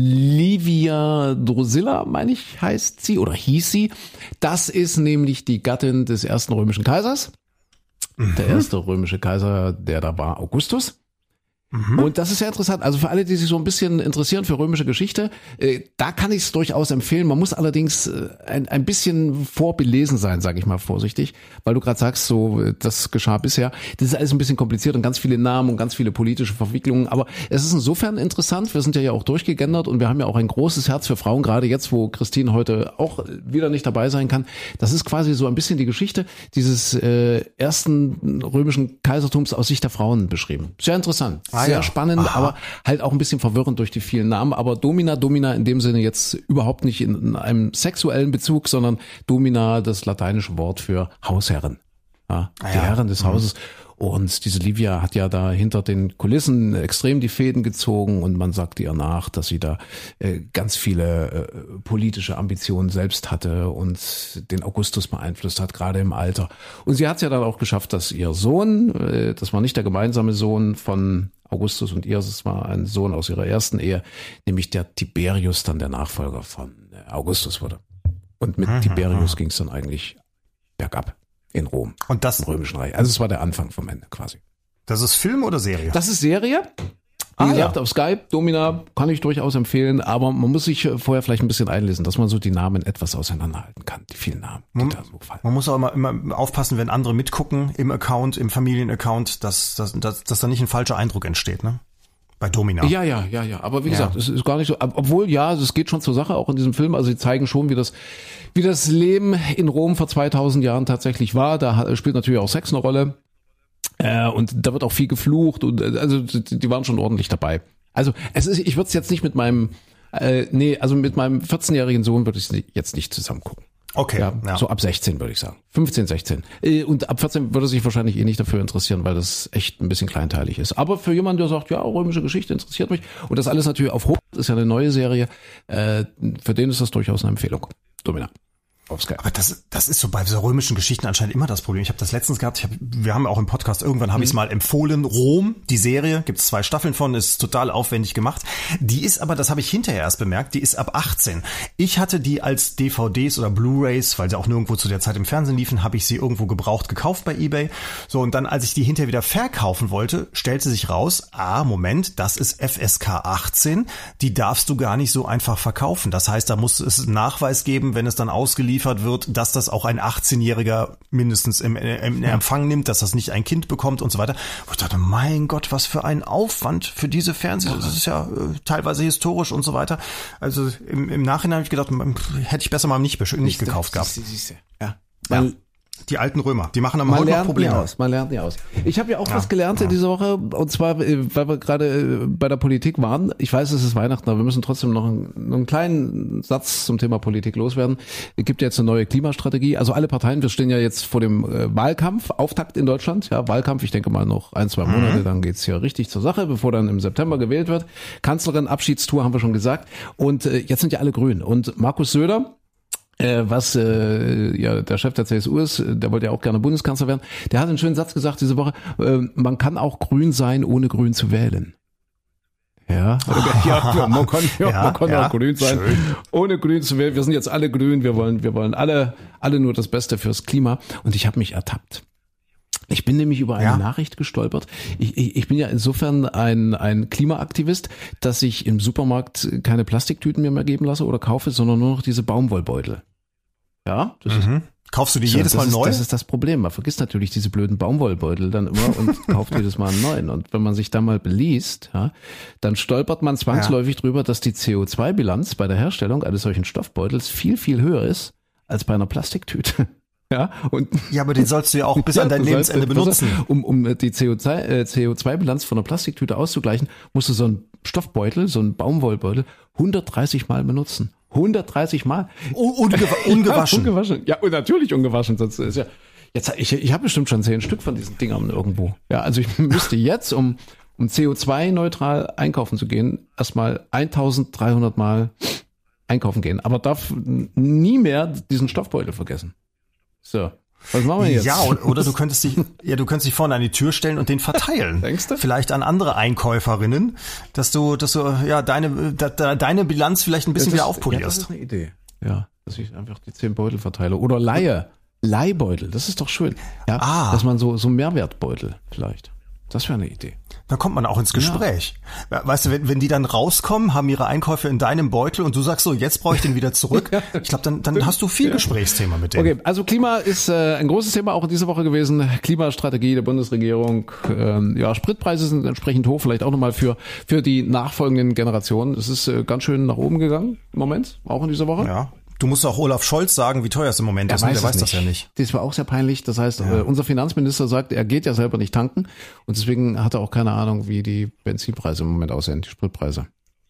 Livia Drusilla, meine ich, heißt sie oder hieß sie. Das ist nämlich die Gattin des ersten römischen Kaisers. Der erste römische Kaiser, der da war, Augustus. Und das ist sehr interessant. Also für alle, die sich so ein bisschen interessieren für römische Geschichte, da kann ich es durchaus empfehlen. Man muss allerdings ein bisschen vorbelesen sein, sage ich mal vorsichtig, weil du gerade sagst, so das geschah bisher. Das ist alles ein bisschen kompliziert und ganz viele Namen und ganz viele politische Verwicklungen. Aber es ist insofern interessant. Wir sind ja auch durchgegendert und wir haben ja auch ein großes Herz für Frauen, gerade jetzt, wo Christine heute auch wieder nicht dabei sein kann. Das ist quasi so ein bisschen die Geschichte dieses ersten römischen Kaisertums aus Sicht der Frauen beschrieben. Sehr interessant. Sehr spannend, aber halt auch ein bisschen verwirrend durch die vielen Namen. Aber Domina in dem Sinne jetzt überhaupt nicht in einem sexuellen Bezug, sondern Domina, das lateinische Wort für Hausherren. Ja, die Herren des Hauses. Und diese Livia hat ja da hinter den Kulissen extrem die Fäden gezogen und man sagt ihr nach, dass sie da ganz viele politische Ambitionen selbst hatte und den Augustus beeinflusst hat, gerade im Alter. Und sie hat es ja dann auch geschafft, dass ihr Sohn, das war nicht der gemeinsame Sohn von Augustus und ihr, das war ein Sohn aus ihrer ersten Ehe, nämlich der Tiberius dann der Nachfolger von Augustus wurde. Und mit Tiberius ging es dann eigentlich bergab. In Rom. Und das im Römischen Reich. Also es war der Anfang vom Ende quasi. Das ist Film oder Serie? Das ist Serie. Wie gesagt, auf Skype, Domina, kann ich durchaus empfehlen, aber man muss sich vorher vielleicht ein bisschen einlesen, dass man so die Namen etwas auseinanderhalten kann, die vielen Namen, die da so fallen. Man muss auch immer aufpassen, wenn andere mitgucken im Account, im Familienaccount, dass da nicht ein falscher Eindruck entsteht, ne? Bei Domina. Ja. Aber wie gesagt, es ist gar nicht so, obwohl, es geht schon zur Sache, auch in diesem Film. Also sie zeigen schon, wie das Leben in Rom vor 2000 Jahren tatsächlich war. Da spielt natürlich auch Sex eine Rolle. Und da wird auch viel geflucht und, also, die waren schon ordentlich dabei. Also, ich würde es jetzt nicht mit meinem, mit meinem 14-jährigen Sohn würde ich es jetzt nicht zusammen gucken. Okay, Ja, so ab 16 würde ich sagen. 15, 16. Und ab 14 würde sich wahrscheinlich nicht dafür interessieren, weil das echt ein bisschen kleinteilig ist. Aber für jemanden, der sagt, ja, römische Geschichte interessiert mich und das alles natürlich auf Hoch, ist ja eine neue Serie, für den ist das durchaus eine Empfehlung. Domina. Auf Sky. Aber das ist so bei so römischen Geschichten anscheinend immer das Problem. Ich habe das letztens gehabt, wir haben auch im Podcast, irgendwann habe ich es mal empfohlen, Rom, die Serie, gibt es 2 Staffeln von, ist total aufwendig gemacht. Die ist aber, das habe ich hinterher erst bemerkt, die ist ab 18. Ich hatte die als DVDs oder Blu-rays, weil sie auch nirgendwo zu der Zeit im Fernsehen liefen, habe ich sie irgendwo gebraucht gekauft bei eBay. So, und dann, als ich die hinterher wieder verkaufen wollte, stellte sich raus, Moment, das ist FSK 18, die darfst du gar nicht so einfach verkaufen. Das heißt, da muss es einen Nachweis geben, wenn es dann ausgeliefert wird, dass das auch ein 18-Jähriger mindestens im Empfang nimmt, dass das nicht ein Kind bekommt und so weiter. Wo ich dachte, mein Gott, was für ein Aufwand für diese Fernseher. Das ist ja teilweise historisch und so weiter. Also im Nachhinein habe ich gedacht, hätte ich besser mal nicht gekauft gehabt. Ja. Die alten Römer, die machen aber heute noch Probleme. Man lernt nie aus. Ich habe ja auch was gelernt in dieser Woche, und zwar, weil wir gerade bei der Politik waren. Ich weiß, es ist Weihnachten, aber wir müssen trotzdem noch einen kleinen Satz zum Thema Politik loswerden. Es gibt jetzt eine neue Klimastrategie. Also alle Parteien, wir stehen ja jetzt vor dem Wahlkampf, Auftakt in Deutschland. Ja, Wahlkampf, ich denke mal noch 1-2 Monate, dann geht's hier richtig zur Sache, bevor dann im September gewählt wird. Kanzlerin, Abschiedstour haben wir schon gesagt. Und jetzt sind ja alle grün. Und Markus Söder, was ja der Chef der CSU ist, der wollte ja auch gerne Bundeskanzler werden, der hat einen schönen Satz gesagt diese Woche, man kann auch grün sein, ohne grün zu wählen. Ja, man kann auch grün sein, schön, ohne grün zu wählen. Wir sind jetzt alle grün, wir wollen alle nur das Beste fürs Klima. Und ich habe mich ertappt. Ich bin nämlich über eine Nachricht gestolpert. Ich bin ja insofern ein Klimaaktivist, dass ich im Supermarkt keine Plastiktüten mehr geben lasse oder kaufe, sondern nur noch diese Baumwollbeutel. Ja, das ist, kaufst du die jedes Mal neu? Das ist das Problem. Man vergisst natürlich diese blöden Baumwollbeutel dann immer und kauft jedes Mal einen neuen. Und wenn man sich da mal beliest, ja, dann stolpert man zwangsläufig drüber, dass die CO2-Bilanz bei der Herstellung eines solchen Stoffbeutels viel, viel höher ist als bei einer Plastiktüte. Ja, aber den sollst du ja auch bis an dein Lebensende benutzen. Um die CO2-Bilanz von einer Plastiktüte auszugleichen, musst du so einen Stoffbeutel, so einen Baumwollbeutel 130 Mal benutzen. 130 Mal. Ungewaschen. Ungewaschen. Ja, und natürlich ungewaschen. Sonst ist ja, ich habe bestimmt schon 10 Stück von diesen Dingern irgendwo. Ja, also ich müsste jetzt, um CO2-neutral einkaufen zu gehen, erstmal 1300 Mal einkaufen gehen. Aber darf nie mehr diesen Stoffbeutel vergessen. So, was machen wir jetzt? Ja, oder du könntest dich vorne an die Tür stellen und den verteilen. Denkst du? Vielleicht an andere Einkäuferinnen, dass du ja deine Bilanz vielleicht ein bisschen wieder aufpolierst. Ja, das ist eine Idee. Ja, dass ich einfach die 10 Beutel verteile. Oder Leihbeutel, das ist doch schön. Ja, dass man so Mehrwertbeutel vielleicht. Das wäre eine Idee. Da kommt man auch ins Gespräch. Ja. Weißt du, wenn die dann rauskommen, haben ihre Einkäufe in deinem Beutel und du sagst so, jetzt brauche ich den wieder zurück. Ich glaube, dann hast du viel Gesprächsthema mit denen. Okay, also Klima ist ein großes Thema auch in dieser Woche gewesen. Klimastrategie der Bundesregierung. Spritpreise sind entsprechend hoch, vielleicht auch nochmal für die nachfolgenden Generationen. Es ist ganz schön nach oben gegangen im Moment, auch in dieser Woche. Ja. Du musst auch Olaf Scholz sagen, wie teuer es im Moment ist. Der weiß das ja nicht. Das war auch sehr peinlich. Das heißt, unser Finanzminister sagt, er geht ja selber nicht tanken. Und deswegen hat er auch keine Ahnung, wie die Benzinpreise im Moment aussehen, die Spritpreise.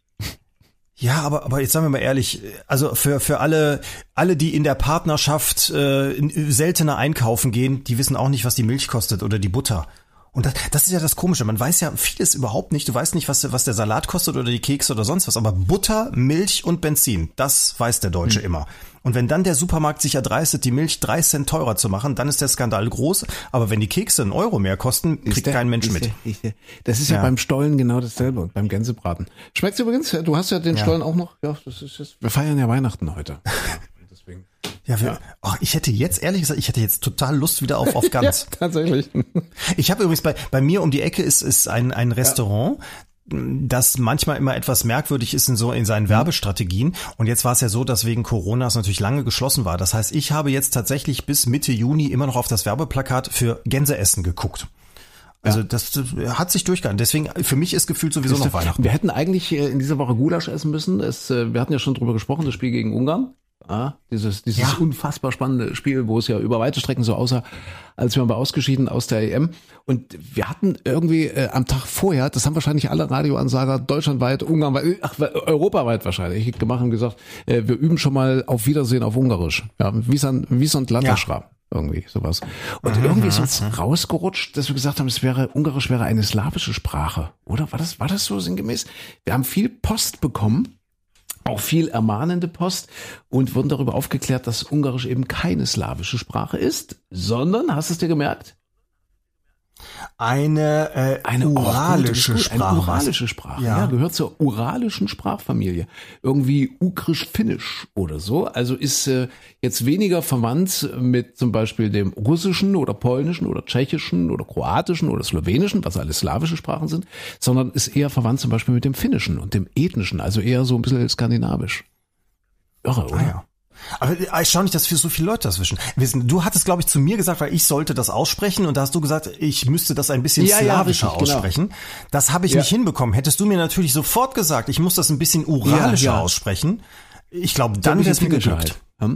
Ja, aber jetzt sagen wir mal ehrlich, also für alle, die in der Partnerschaft seltener einkaufen gehen, die wissen auch nicht, was die Milch kostet oder die Butter. Und das ist ja das Komische. Man weiß ja vieles überhaupt nicht. Du weißt nicht, was der Salat kostet oder die Kekse oder sonst was. Aber Butter, Milch und Benzin, das weiß der Deutsche immer. Und wenn dann der Supermarkt sich erdreistet, die Milch 3 Cent teurer zu machen, dann ist der Skandal groß. Aber wenn die Kekse 1 Euro mehr kosten, kriegt kein Mensch mit. Das ist ja beim Stollen genau dasselbe und beim Gänsebraten. Schmeckt's übrigens? Du hast ja den Stollen auch noch. Ja, wir feiern ja Weihnachten heute. Deswegen. Ich hätte jetzt total Lust wieder auf Gans. Ja, tatsächlich. Ich habe übrigens bei mir um die Ecke ist ein Restaurant, das manchmal immer etwas merkwürdig ist in seinen Werbestrategien. Und jetzt war es ja so, dass wegen Corona es natürlich lange geschlossen war. Das heißt, ich habe jetzt tatsächlich bis Mitte Juni immer noch auf das Werbeplakat für Gänseessen geguckt. Also das hat sich durchgegangen. Deswegen, für mich ist gefühlt sowieso noch Weihnachten. Wir hätten eigentlich in dieser Woche Gulasch essen müssen. Wir hatten ja schon drüber gesprochen, das Spiel gegen Ungarn. Dieses unfassbar spannende Spiel, wo es ja über weite Strecken so aussah, als wären wir ausgeschieden aus der EM. Und wir hatten irgendwie am Tag vorher, das haben wahrscheinlich alle Radioansager deutschlandweit, ungarnweit, europaweit wahrscheinlich gemacht und gesagt, wir üben schon mal auf Wiedersehen auf Ungarisch. Ja, wie so ein Landesschrab. Irgendwie sowas. Und irgendwie ist uns rausgerutscht, dass wir gesagt haben, Ungarisch wäre eine slawische Sprache. Oder war das so sinngemäß? Wir haben viel Post bekommen, auch viel ermahnende Post und wurden darüber aufgeklärt, dass Ungarisch eben keine slawische Sprache ist, sondern, hast du es dir gemerkt? Eine uralische Sprache. Eine uralische Sprache, ja, gehört zur uralischen Sprachfamilie. Irgendwie Ugrisch-Finnisch oder so. Also ist jetzt weniger verwandt mit zum Beispiel dem Russischen oder Polnischen oder Tschechischen oder Kroatischen oder Slowenischen, was alles slawische Sprachen sind, sondern ist eher verwandt zum Beispiel mit dem Finnischen und dem Ethnischen, also eher so ein bisschen skandinavisch. Irre, oder? Ja. Aber erstaunlich, dass so viele Leute das wissen. Du hattest, glaube ich, zu mir gesagt, weil ich sollte das aussprechen und da hast du gesagt, ich müsste das ein bisschen slawischer aussprechen. Genau. Das habe ich nicht hinbekommen. Hättest du mir natürlich sofort gesagt, ich muss das ein bisschen uralischer aussprechen. Ich glaube, dann wäre es mir geglückt.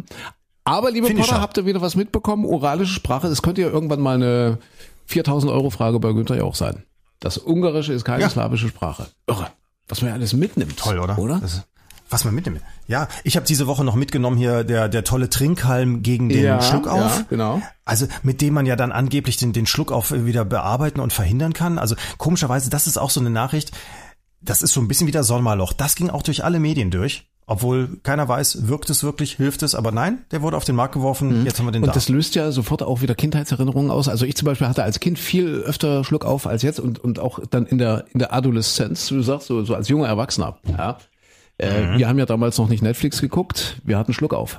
Aber, liebe Potter, habt ihr wieder was mitbekommen? Uralische Sprache, das könnte ja irgendwann mal eine 4.000 € Frage bei Günther ja auch sein. Das Ungarische ist keine slawische Sprache. Irre, was man ja alles mitnimmt. Toll, oder? Was man mitnimmt. Ja, ich habe diese Woche noch mitgenommen hier der tolle Trinkhalm gegen den Schluckauf. Ja, genau. Also mit dem man ja dann angeblich den Schluckauf wieder bearbeiten und verhindern kann. Also komischerweise, das ist auch so eine Nachricht, das ist so ein bisschen wie der Sommerloch. Das ging auch durch alle Medien durch. Obwohl keiner weiß, wirkt es wirklich, hilft es, aber nein, der wurde auf den Markt geworfen, jetzt haben wir den da. Und das löst ja sofort auch wieder Kindheitserinnerungen aus. Also ich zum Beispiel hatte als Kind viel öfter Schluckauf als jetzt und auch dann in der Adoleszenz, du sagst, so als junger Erwachsener, ja. Wir haben ja damals noch nicht Netflix geguckt, wir hatten Schluckauf.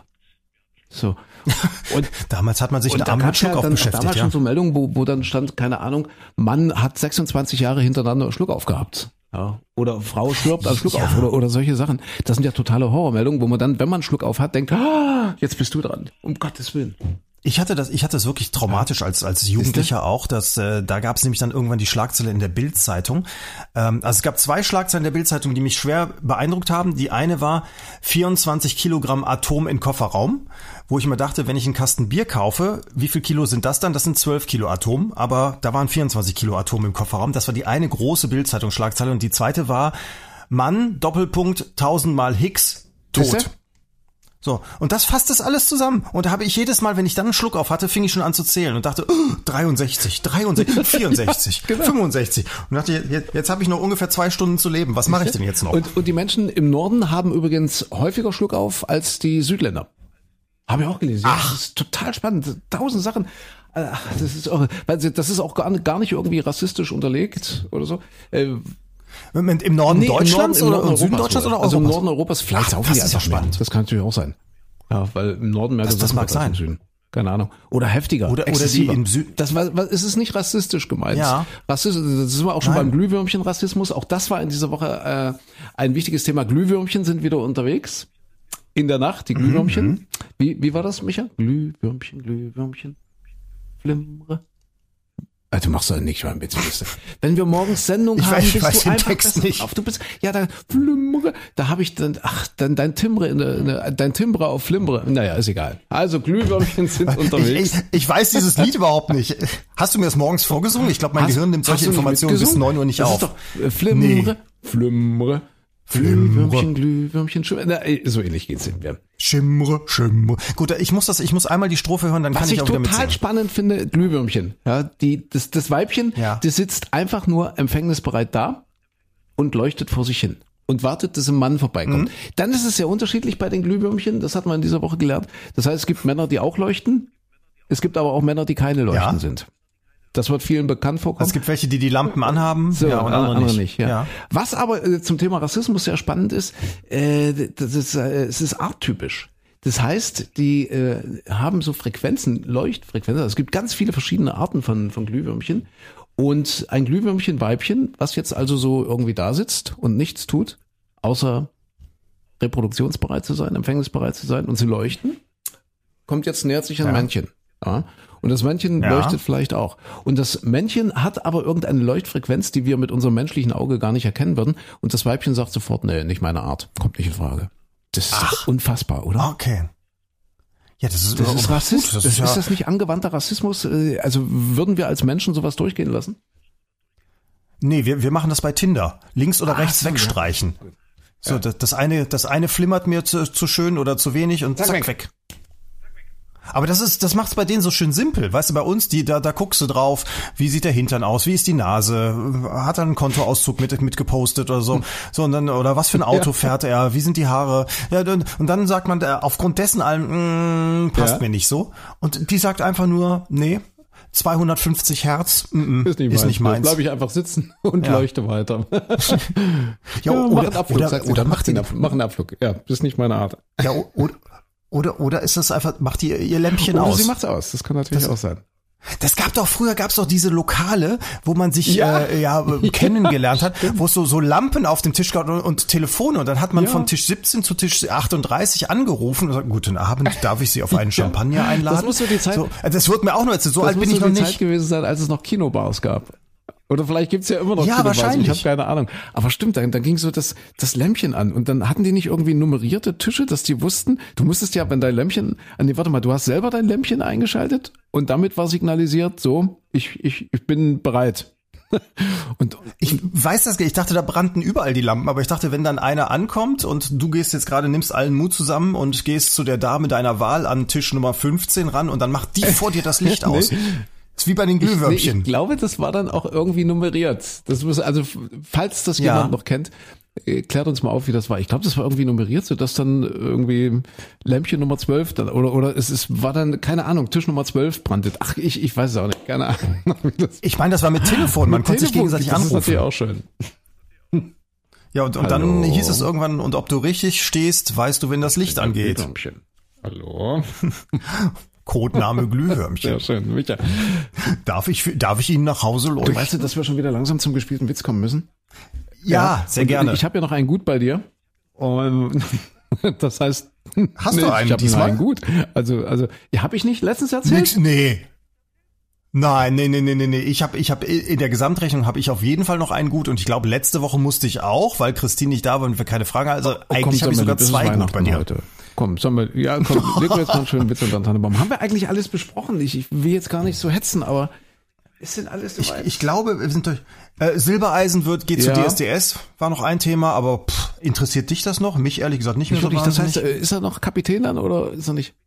So. Und damals hat man sich eine Arme mit Schluckauf beschäftigt. Damals schon so Meldungen, wo dann stand, keine Ahnung, Mann hat 26 Jahre hintereinander Schluckauf gehabt. Ja. Oder Frau stirbt an Schluckauf oder solche Sachen. Das sind ja totale Horrormeldungen, wo man dann, wenn man Schluckauf hat, denkt, jetzt bist du dran. Um Gottes Willen. Ich hatte das wirklich traumatisch als Jugendlicher auch, dass da gab es nämlich dann irgendwann die Schlagzeile in der Bild-Zeitung. Also es gab 2 Schlagzeilen der Bild-Zeitung, die mich schwer beeindruckt haben. Die eine war 24 Kilogramm Atom in Kofferraum, wo ich mir dachte, wenn ich einen Kasten Bier kaufe, wie viel Kilo sind das dann? Das sind 12 Kilo Atom, aber da waren 24 Kilo Atom im Kofferraum. Das war die eine große Bild-Zeitung-Schlagzeile und die zweite war Mann, Doppelpunkt, 1000-mal Hicks, tot. So, und das fasst das alles zusammen. Und da habe ich jedes Mal, wenn ich dann einen Schluck auf hatte, fing ich schon an zu zählen und dachte, 63, 64, genau. 65. Und dachte, jetzt habe ich noch ungefähr 2 Stunden zu leben. Was mache ich denn jetzt noch? Und die Menschen im Norden haben übrigens häufiger Schluckauf als die Südländer. Habe ich auch gelesen. Ach, das ist total spannend. 1000 Sachen. Das ist auch gar nicht irgendwie rassistisch unterlegt oder so. Im Norden Deutschlands im Norden oder im Süden Deutschlands oder also im Norden Europas vielleicht saufen die einfach ja spannend. Das kann natürlich auch sein. Ja, weil im Norden mehr das mag sein. Im Süden. Keine Ahnung. Oder heftiger. Oder die im Süden. Es ist nicht rassistisch gemeint. Ja. Das ist auch schon beim Glühwürmchen-Rassismus. Auch das war in dieser Woche ein wichtiges Thema. Glühwürmchen sind wieder unterwegs. In der Nacht, die Glühwürmchen. Wie war das, Micha? Glühwürmchen, flimmere. Du machst doch nicht mal bitte. Wenn wir morgens Sendung haben, bist du einfach Text nicht. Du bist, da habe ich dann dein Timbre dein Timbre auf Flimbre. Naja, ist egal. Also Glühwürmchen sind unterwegs. Ich weiß dieses Lied überhaupt nicht. Hast du mir das morgens vorgesungen? Ich glaube, mein Gehirn nimmt solche Informationen bis 9 Uhr nicht auf. Das ist doch Flimre. Glühwürmchen, so ähnlich geht's in mir. Schimre. Gut, ich muss einmal die Strophe hören, dann kann ich auch wieder mitsingen. Was ich total spannend finde, Glühwürmchen. Ja, das Weibchen, das sitzt einfach nur empfängnisbereit da und leuchtet vor sich hin und wartet, dass ein Mann vorbeikommt. Dann ist es sehr unterschiedlich bei den Glühwürmchen, das hat man in dieser Woche gelernt. Das heißt, es gibt Männer, die auch leuchten, es gibt aber auch Männer, die keine leuchten sind. Das wird vielen bekannt vorkommen. Es gibt welche, die Lampen anhaben, und andere nicht. Ja. Was aber zum Thema Rassismus sehr spannend ist, es ist arttypisch. Das heißt, die haben so Leuchtfrequenzen. Also es gibt ganz viele verschiedene Arten von Glühwürmchen. Und ein Glühwürmchen-Weibchen, was jetzt also so irgendwie da sitzt und nichts tut, außer reproduktionsbereit zu sein, empfängnisbereit zu sein und zu leuchten, nähert sich ein Männchen. Ja. Und das Männchen leuchtet vielleicht auch. Und das Männchen hat aber irgendeine Leuchtfrequenz, die wir mit unserem menschlichen Auge gar nicht erkennen würden. Und das Weibchen sagt sofort, nee, nicht meine Art. Kommt nicht in Frage. Das ist doch unfassbar, oder? Okay. Ja, das ist Rassismus. gut, Ist das nicht angewandter Rassismus? Also würden wir als Menschen sowas durchgehen lassen? Nee, wir machen das bei Tinder. Links oder rechts so, wegstreichen. Ja. So, das eine flimmert mir zu schön oder zu wenig und zack, weg. Aber das macht's bei denen so schön simpel. Weißt du, bei uns, da guckst du drauf, wie sieht der Hintern aus, wie ist die Nase, hat er einen Kontoauszug mit gepostet oder so. So, und dann, oder was für ein Auto fährt er, wie sind die Haare? Ja, und dann sagt man, aufgrund dessen allem, passt mir nicht so. Und die sagt einfach nur, nee, 250 Hertz, ist nicht meins. Bleib ich einfach sitzen und leuchte weiter. Ja, mach einen Abflug, oder mach einen Abflug. Ja, das ist nicht meine Art. Ja, oder ist das einfach, macht ihr Lämpchen oder aus? Sie macht's aus, das kann natürlich auch sein. Früher gab's doch diese Lokale, wo man sich kennengelernt hat, wo es so Lampen auf dem Tisch gab und Telefone und dann hat man von Tisch 17 zu Tisch 38 angerufen und gesagt, guten Abend, darf ich Sie auf einen Champagner einladen? Das muss so die Zeit. So, das wird mir auch nur erzählt, so alt bin ich noch nicht. Das muss die Zeit gewesen sein, als es noch Kinobars gab. Oder vielleicht gibt's ja immer noch Kinobars, wahrscheinlich. Ich habe keine Ahnung. Aber stimmt, dann ging so das Lämpchen an und dann hatten die nicht irgendwie nummerierte Tische, dass die wussten, du musstest ja, wenn dein Lämpchen, warte mal, du hast selber dein Lämpchen eingeschaltet und damit war signalisiert, so, ich bin bereit. Und ich weiß das, ich dachte, da brannten überall die Lampen, aber ich dachte, wenn dann einer ankommt und du gehst jetzt gerade, nimmst allen Mut zusammen und gehst zu der Dame deiner Wahl an Tisch Nummer 15 ran und dann macht die vor dir das Licht aus. Ist wie bei den Glühwürmchen. Ich glaube, das war dann auch irgendwie nummeriert. Das muss, also, falls das jemand noch kennt, klärt uns mal auf, wie das war. Ich glaube, das war irgendwie nummeriert, so dass dann irgendwie Lämpchen Nummer 12 dann, oder war dann, keine Ahnung, Tisch Nummer 12 brannte. Ach, ich weiß es auch nicht, keine Ahnung. Ich meine, das war mit Telefon, man konnte sich gegenseitig anrufen. Das ist natürlich auch schön. Ja, und dann hieß es irgendwann, und ob du richtig stehst, weißt du, wenn das Licht angeht. Glühwürmchen. Hallo? Codename Glühwürmchen. Sehr schön, Micha. Darf ich Ihnen nach Hause leuchten? Du weißt, dass wir schon wieder langsam zum gespielten Witz kommen müssen? Ja, sehr gerne. Ich habe ja noch einen Gut bei dir. Und das heißt, hast du einen? Ich habe einen Gut. Also, habe ich nicht letztens erzählt? Nee. Nein. Ich habe in der Gesamtrechnung habe ich auf jeden Fall noch einen Gut und ich glaube, letzte Woche musste ich auch, weil Christine nicht da war und wir keine Fragen hatten. Also eigentlich habe ich sogar zwei Gut bei dir. Heute. Komm, legen wir jetzt mal einen schönen Witz unter den Tannenbaum. Haben wir eigentlich alles besprochen? Ich will jetzt gar nicht so hetzen, aber ist denn alles soweit? Ich glaube, wir sind durch. Silbereisen geht zu DSDS, war noch ein Thema, aber interessiert dich das noch? Mich ehrlich gesagt nicht mehr so wahnsinnig. Das heißt, ist er noch Kapitän dann oder ist er nicht?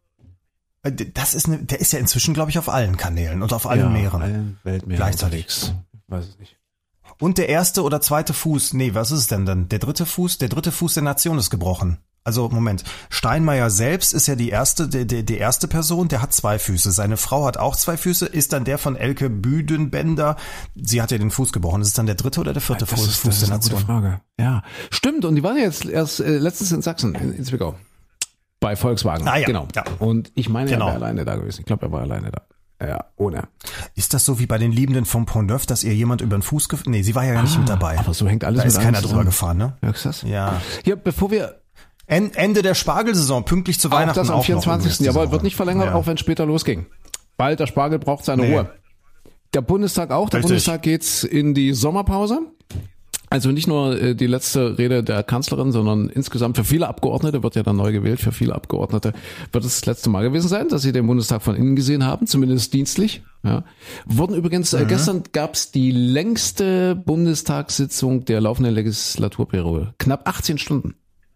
Der ist ja inzwischen, glaube ich, auf allen Kanälen und auf allen Meeren. Allen Weltmeeren gleichzeitig. Weiß es nicht. Und der erste oder zweite Fuß, was ist es denn dann? Der dritte Fuß der Nation ist gebrochen. Also, Moment. Steinmeier selbst ist ja die erste Person, der hat 2 Füße. Seine Frau hat auch 2 Füße, ist dann der von Elke Büdenbender. Sie hat ja den Fuß gebrochen. Ist es dann der dritte oder der vierte Fuß der Nation? Das ist eine gute Frage. Ja. Stimmt. Und die waren ja jetzt erst letztens in Sachsen, in Zwickau. Bei Volkswagen. Ah, ja. Genau. Ja. Und ich meine, er war alleine da gewesen. Ich glaube, er war alleine da. Ja, ohne. Ist das so wie bei den Liebenden vom Pont Neuf, dass ihr jemand über den Fuß Nee, sie war ja gar nicht mit dabei. Aber so hängt alles da mit ist keiner drüber gefahren, ne? Merkst du das? Ja. Hier, bevor wir Ende der Spargelsaison, pünktlich zu Weihnachten. Das am 24. Jawohl, wird nicht verlängert, auch wenn es später losging. Weil der Spargel braucht seine Ruhe. Der Bundestag auch. Der Bundestag geht's in die Sommerpause. Also nicht nur die letzte Rede der Kanzlerin, sondern insgesamt für viele Abgeordnete, wird ja dann neu gewählt, für viele Abgeordnete wird es das letzte Mal gewesen sein, dass sie den Bundestag von innen gesehen haben, zumindest dienstlich. Ja. Wurden übrigens, gestern gab's die längste Bundestagssitzung der laufenden Legislaturperiode. Knapp 18 Stunden.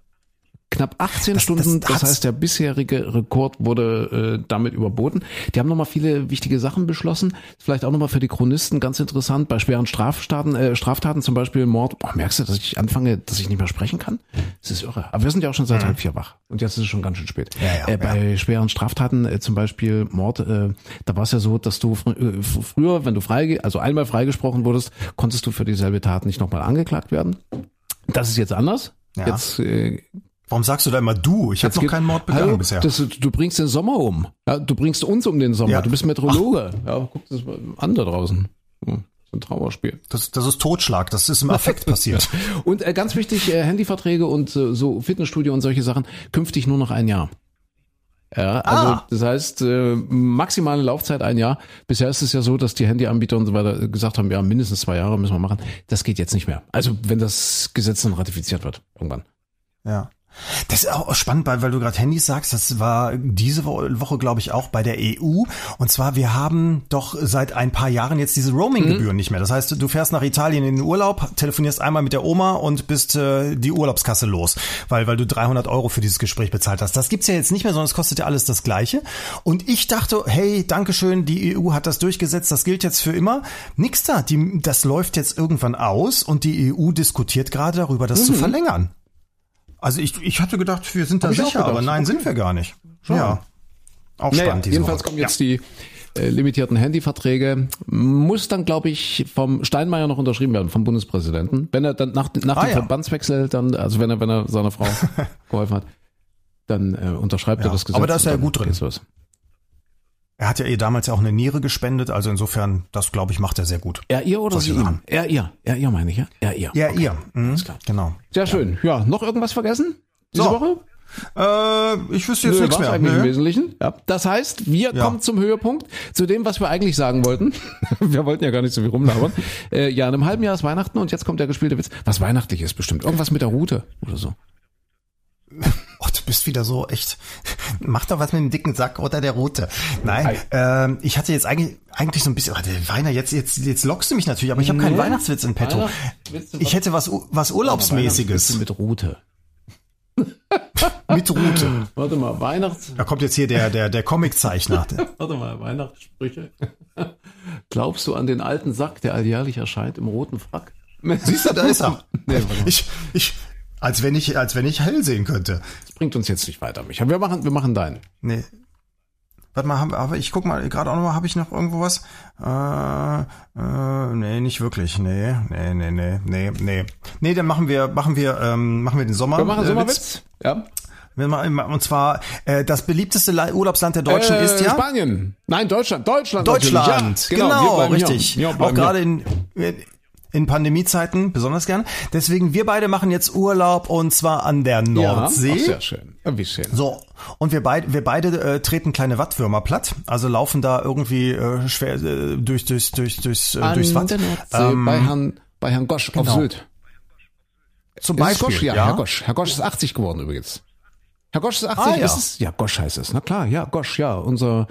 Knapp 18 Stunden, das heißt, der bisherige Rekord wurde damit überboten. Die haben nochmal viele wichtige Sachen beschlossen. Vielleicht auch nochmal für die Chronisten ganz interessant. Bei schweren Straftaten, zum Beispiel Mord. Merkst du, dass ich anfange, dass ich nicht mehr sprechen kann? Das ist irre. Aber wir sind ja auch schon seit 3:30 wach. Und jetzt ist es schon ganz schön spät. Bei schweren Straftaten, zum Beispiel Mord, da war es ja so, dass du früher, wenn du einmal freigesprochen wurdest, konntest du für dieselbe Tat nicht nochmal angeklagt werden. Das ist jetzt anders. Ja. Jetzt warum sagst du da immer du? Ich habe noch keinen Mord begangen bisher. Du bringst den Sommer um. Ja, du bringst uns um den Sommer. Ja. Du bist Meteorologe. Ja, guck das mal an da draußen. So ein Trauerspiel. Das ist Totschlag. Das ist im Affekt passiert. Und ganz wichtig, Handyverträge und so Fitnessstudio und solche Sachen, künftig nur noch 1 Jahr. Ja, also das heißt, maximale Laufzeit 1 Jahr. Bisher ist es ja so, dass die Handyanbieter und so weiter gesagt haben, ja, mindestens 2 Jahre müssen wir machen. Das geht jetzt nicht mehr. Also wenn das Gesetz dann ratifiziert wird, irgendwann. Ja. Das ist auch spannend, weil du gerade Handys sagst, das war diese Woche, glaube ich, auch bei der EU. Und zwar, wir haben doch seit ein paar Jahren jetzt diese Roaming-Gebühren nicht mehr. Das heißt, du fährst nach Italien in den Urlaub, telefonierst einmal mit der Oma und bist die Urlaubskasse los, weil du 300 € für dieses Gespräch bezahlt hast. Das gibt's ja jetzt nicht mehr, sondern es kostet ja alles das Gleiche. Und ich dachte, hey, Dankeschön, die EU hat das durchgesetzt, das gilt jetzt für immer. Nix da, das läuft jetzt irgendwann aus und die EU diskutiert gerade darüber, das zu verlängern. Also ich hatte gedacht, wir sind da sicher, aber nein, sind wir gar nicht. Schon. Ja, auch spannend. Jedenfalls kommen jetzt die limitierten Handyverträge. Muss dann, glaube ich, vom Steinmeier noch unterschrieben werden, vom Bundespräsidenten. Wenn er dann nach dem Verbandswechsel, dann, also wenn er seiner Frau geholfen hat, dann unterschreibt er das Gesetz. Aber da ist er ja gut drin. Geht's los. Er hat ja ihr damals ja auch eine Niere gespendet, also insofern, das glaube ich, macht er sehr gut. Er ihr oder sie ihm? Er ihr meine ich, ja? Er ihr. Ja, okay. Ihr. Alles klar. Genau. Sehr schön. Ja, noch irgendwas vergessen diese Woche? Ich wüsste jetzt nichts mehr. Eigentlich im Wesentlichen. Ja. Das heißt, wir kommen zum Höhepunkt, zu dem, was wir eigentlich sagen wollten. Wir wollten ja gar nicht so viel rumlabern. In einem halben Jahr ist Weihnachten und jetzt kommt der gespielte Witz. Was weihnachtlich ist bestimmt. Irgendwas mit der Route oder so. Oh, du bist wieder so echt. Mach doch was mit dem dicken Sack oder der Route. Nein, ich hatte jetzt eigentlich so ein bisschen. Weiner, jetzt lockst du mich natürlich, aber ich habe keinen Weihnachtswitz in petto. Ich hätte was Urlaubsmäßiges. Mit Route. Mit Route. Warte mal, Da kommt jetzt hier der Comiczeichner. Warte mal, Weihnachtssprüche. Glaubst du an den alten Sack, der alljährlich erscheint im roten Frack? Siehst du, da ist er. Nee, als wenn ich hell sehen könnte. Das bringt uns jetzt nicht weiter, Micha. Wir machen deinen. Nee. Warte mal, aber ich guck mal, gerade auch nochmal, habe ich noch irgendwo was? Nee, nicht wirklich. Nee, dann machen wir den Sommer. Wir machen Sommerwitz. Ja. Und zwar, das beliebteste Urlaubsland der Deutschen ist ja? Spanien. Nein, Deutschland. Deutschland, ja, genau, richtig. Auch gerade in Pandemiezeiten besonders gern. Deswegen, wir beide machen jetzt Urlaub und zwar an der Nordsee. Ja, sehr schön. Wie schön. So, und wir beide treten kleine Wattwürmer platt, also laufen da irgendwie schwer durchs Watt. Der Nordsee, bei Herrn Gosch auf Sylt. Zum Beispiel, Gosch? Ja, Herr Gosch. Herr Gosch ist 80 geworden übrigens. Herr Gosch ist 80, ist es? Ja, Gosch heißt es. Na klar, ja, Gosch, ja. Unser,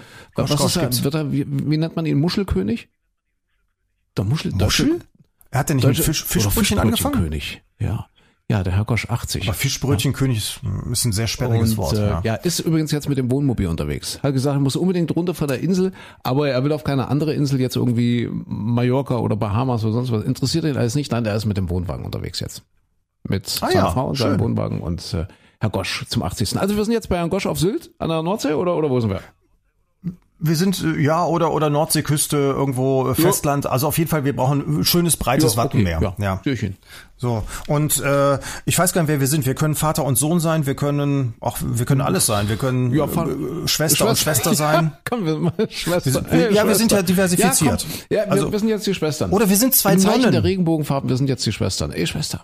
wie nennt man ihn? Muschelkönig? Der Muschel? Er hat ja nicht mit Fischbrötchen angefangen? König, ja. Ja, der Herr Gosch 80. Aber Fischbrötchenkönig ist ein sehr sperriges Wort. Ja, ist übrigens jetzt mit dem Wohnmobil unterwegs. Hat gesagt, er muss unbedingt runter von der Insel, aber er will auf keine andere Insel jetzt irgendwie Mallorca oder Bahamas oder sonst was. Interessiert ihn alles nicht. Nein, der ist mit dem Wohnwagen unterwegs jetzt. Mit seiner Frau und seinem Wohnwagen und Herr Gosch zum 80. Also wir sind jetzt bei Herrn Gosch auf Sylt an der Nordsee oder wo sind wir? Wir sind, oder Nordseeküste, irgendwo Festland. Also auf jeden Fall, wir brauchen schönes, breites Wattenmeer. Ja. So. Und, ich weiß gar nicht, wer wir sind. Wir können Vater und Sohn sein. Wir können alles sein. Wir können Schwester und Schwester sein. Komm, wir mal Schwester. Wir sind ja diversifiziert. Ja, wir sind jetzt die Schwestern. Oder wir sind zwei Nonnen. Nonnen. Der Regenbogenfarben, wir sind jetzt die Schwestern. Schwester.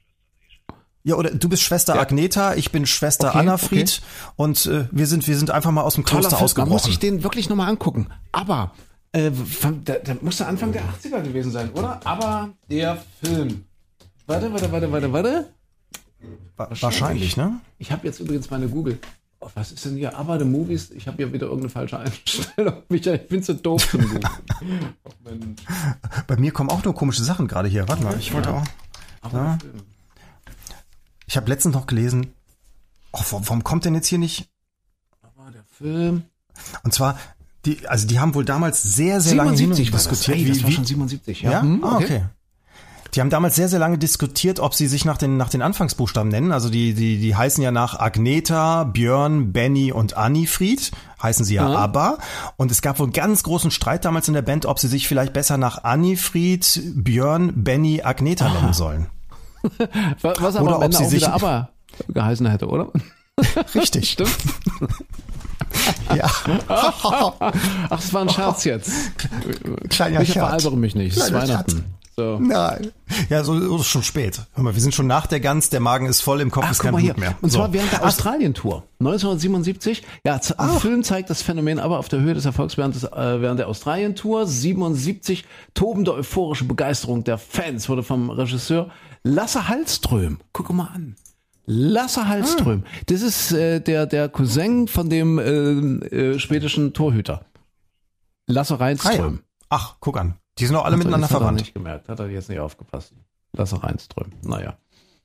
Ja, oder du bist Schwester Agneta, ich bin Schwester Annafried und wir sind einfach mal aus dem Kloster ausgebrochen. Man muss sich den wirklich nochmal angucken. Aber der muss der Anfang der 80er gewesen sein, oder? Aber der Film. Warte. Wahrscheinlich, ne? Ich habe jetzt übrigens meine Google. Oh, was ist denn hier? Aber the Movies. Ich habe hier wieder irgendeine falsche Einstellung. Ich bin so doof zum Google. Oh, bei mir kommen auch nur komische Sachen gerade hier. Warte mal, ich wollte auch. Aber ich habe letztens noch gelesen, warum kommt denn jetzt hier nicht? Aber der Film. Und zwar, die haben wohl damals sehr, sehr lange diskutiert. Das war schon 77, ja. Okay. Die haben damals sehr, sehr lange diskutiert, ob sie sich nach den Anfangsbuchstaben nennen. Also die heißen ja nach Agneta, Björn, Benny und Annifried. Heißen sie ja ABBA. Und es gab wohl einen ganz großen Streit damals in der Band, ob sie sich vielleicht besser nach Annifried, Björn, Benny, Agneta nennen sollen. Was aber ob sie sich ABBA geheißen hätte, oder? Richtig. Stimmt. Ja. Ach, das war ein Scherz jetzt. Kleiner Ich Scherz. veralbere mich nicht. Es ist Weihnachten. So. Nein. Ja, so ist es schon spät. Hör mal, wir sind schon nach der Gans, der Magen ist voll, im Kopf ist kein Blut mehr. Und zwar während der Australien-Tour 1977. Ja, ein Film zeigt das Phänomen aber auf der Höhe des Erfolgs während der Australien-Tour 77. Tobende euphorische Begeisterung der Fans wurde vom Regisseur Lasse Hallström, guck mal an, Lasse Hallström. Das ist der Cousin von dem schwedischen Torhüter. Lasse Reinström. Ach, guck an. Die sind auch alle miteinander verwandt. Hat er nicht gemerkt. Hat er jetzt nicht aufgepasst. Lasse Reinström. Naja.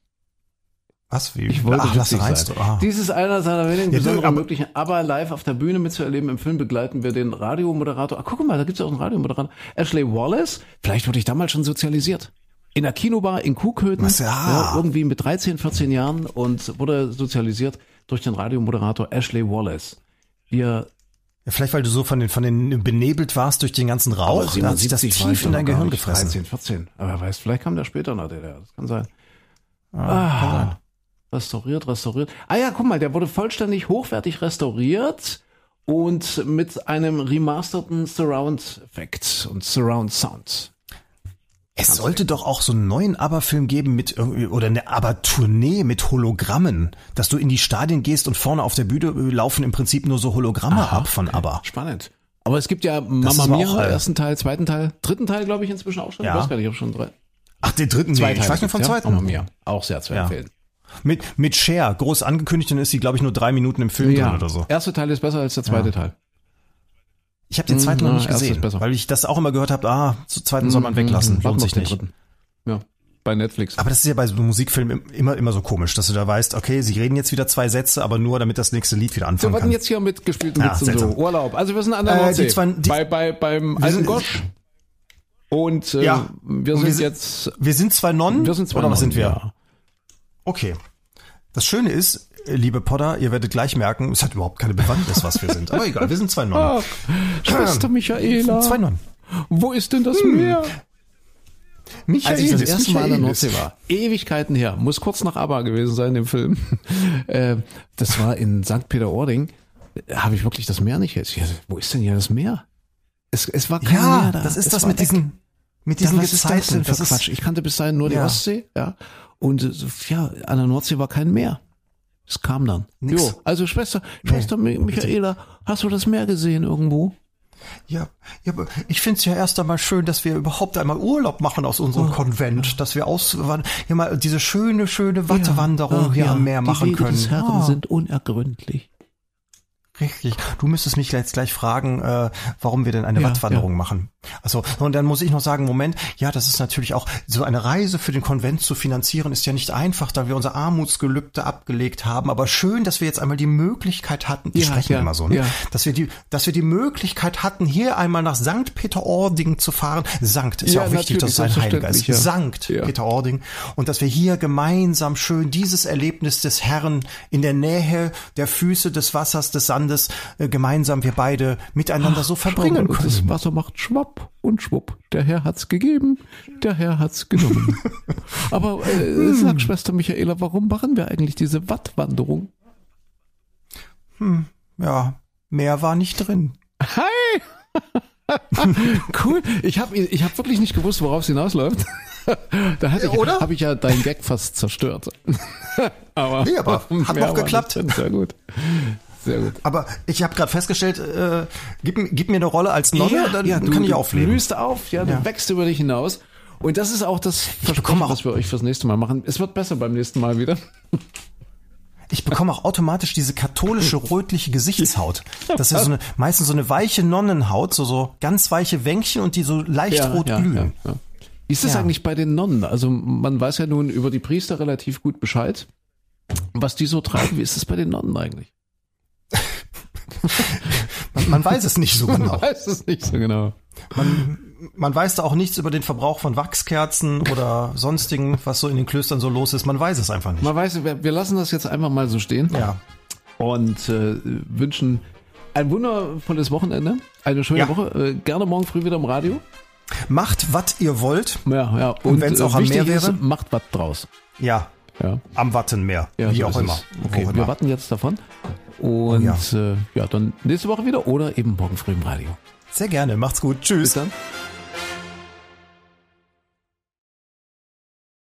Was? Wie? Ich wollte Lasse Reinström. Dies ist einer seiner wenigen besonderen möglichen, aber live auf der Bühne mitzuerleben. Im Film begleiten wir den Radiomoderator. Ach, guck mal, da gibt's ja auch einen Radiomoderator. Ashley Wallace. Vielleicht wurde ich damals schon sozialisiert. In der Kinobar in Kuhköthen. Ja, irgendwie mit 13, 14 Jahren und wurde sozialisiert durch den Radiomoderator Ashley Wallace. Vielleicht, weil du so von den benebelt warst durch den ganzen Rauch, da hat sich das tief in dein Gehirn gefressen. 13, 14. Aber wer weiß, vielleicht kam der später nach DDR. Das kann sein. Kann sein. Restauriert. Ah ja, guck mal, der wurde vollständig hochwertig restauriert und mit einem remasterten Surround-Effekt und Surround-Sound. Es sollte doch auch so einen neuen ABBA-Film geben oder eine ABBA-Tournee mit Hologrammen, dass du in die Stadien gehst und vorne auf der Bühne laufen im Prinzip nur so Hologramme ab von ABBA. Spannend. Aber es gibt ja Mamma Mia, ersten Teil, zweiten Teil, dritten Teil, glaube ich, inzwischen auch schon. Ja. Ich weiß gar nicht, ich habe schon 3. Ach, den dritten, Zwei ich weiß nicht vom zweiten. Mamma Mia, auch sehr zu empfehlen. Mit Cher, groß angekündigt, dann ist sie, glaube ich, nur 3 Minuten im Film drin oder so. Erster Teil ist besser als der zweite Teil. Ich habe den zweiten noch nicht gesehen, weil ich das auch immer gehört habe, zum zweiten soll man weglassen, lohnt sich nicht. Ja, bei Netflix. Aber das ist ja bei so Musikfilmen immer so komisch, dass du da weißt, okay, sie reden jetzt wieder 2 Sätze, aber nur, damit das nächste Lied wieder anfangen kann. Wir hatten jetzt hier mit gespielten Witzen so Urlaub. Also wir sind an der Nordsee, beim alten Gosch. Und wir sind 2 Nonnen? Wir sind 2 Nonnen. Oder was sind wir? Ja. Okay. Das Schöne ist, liebe Podder, ihr werdet gleich merken, es hat überhaupt keine Bewandtnis, was wir sind. Aber egal, wir sind 2 Nonnen. Schwester Michaela. 2 Nonnen. Wo ist denn das Meer? Michael, als ich das erste Mal an der Nordsee war, Ewigkeiten her, muss kurz nach ABBA gewesen sein im Film. Das war in St. Peter-Ording. Habe ich wirklich das Meer nicht jetzt? Wo ist denn hier das Meer? Es war kein Meer da. Das ist das mit diesen Gezeiten. Das ist Quatsch. Ich kannte bis dahin nur die Ostsee, ja. Und an der Nordsee war kein Meer. Es kam dann. Nix. Jo, also Schwester Michaela, hast du das Meer gesehen irgendwo? Ja, aber ich find's ja erst einmal schön, dass wir überhaupt einmal Urlaub machen aus unserem Konvent, dass wir mal diese schöne Wattwanderung hier am Meer machen können. Die Wege des Herren sind unergründlich. Richtig. Du müsstest mich jetzt gleich fragen, warum wir denn eine Wattwanderung machen. Also, und dann muss ich noch sagen, Moment, das ist natürlich auch, so eine Reise für den Konvent zu finanzieren, ist ja nicht einfach, da wir unser Armutsgelübde abgelegt haben, aber schön, dass wir jetzt einmal die Möglichkeit hatten, die sprechen immer so, ne? Ja. Dass wir die Möglichkeit hatten, hier einmal nach St. Peter-Ording zu fahren. Sankt ist ja auch wichtig, dass es ein Heiliger ist. Sankt Peter-Ording. Und dass wir hier gemeinsam schön dieses Erlebnis des Herrn in der Nähe der Füße des Wassers, des Sandes, gemeinsam wir beide miteinander so verbringen können. Das Wasser macht schwapp und schwupp. Der Herr hat's gegeben, der Herr hat's genommen. Aber sag Schwester Michaela, warum machen wir eigentlich diese Wattwanderung? Mehr war nicht drin. Hi! Cool. Ich hab wirklich nicht gewusst, worauf es hinausläuft. Da habe ich ja deinen Gag fast zerstört. aber hat noch geklappt. Sehr gut. Sehr gut. Aber ich habe gerade festgestellt, gib mir eine Rolle als Nonne, dann kann ich aufleben. Du blühst auf, du wächst über dich hinaus. Und das ist auch das Versprechen, was wir euch fürs nächste Mal machen. Es wird besser beim nächsten Mal wieder. Ich bekomme auch automatisch diese katholische rötliche Gesichtshaut. Das ist meistens so eine weiche Nonnenhaut, so ganz weiche Wänkchen und die so leicht rot glühen. Ja. Wie ist das eigentlich bei den Nonnen? Also man weiß ja nun über die Priester relativ gut Bescheid, was die so treiben. Wie ist es bei den Nonnen eigentlich? Man weiß es nicht so genau. Man weiß es nicht so genau. Man weiß da auch nichts über den Verbrauch von Wachskerzen oder sonstigen, was so in den Klöstern so los ist. Man weiß es einfach nicht. Man weiß, wir lassen das jetzt einfach mal so stehen. Ja. Und wünschen ein wundervolles Wochenende, eine schöne Woche. Gerne morgen früh wieder im Radio. Macht, was ihr wollt. Ja. Und wenn es auch am Meer wäre, macht was draus. Ja. Am Wattenmeer. Wie so auch immer. Okay, wir warten jetzt davon. Und dann nächste Woche wieder oder eben morgen früh im Radio. Sehr gerne. Macht's gut. Tschüss. Bis dann.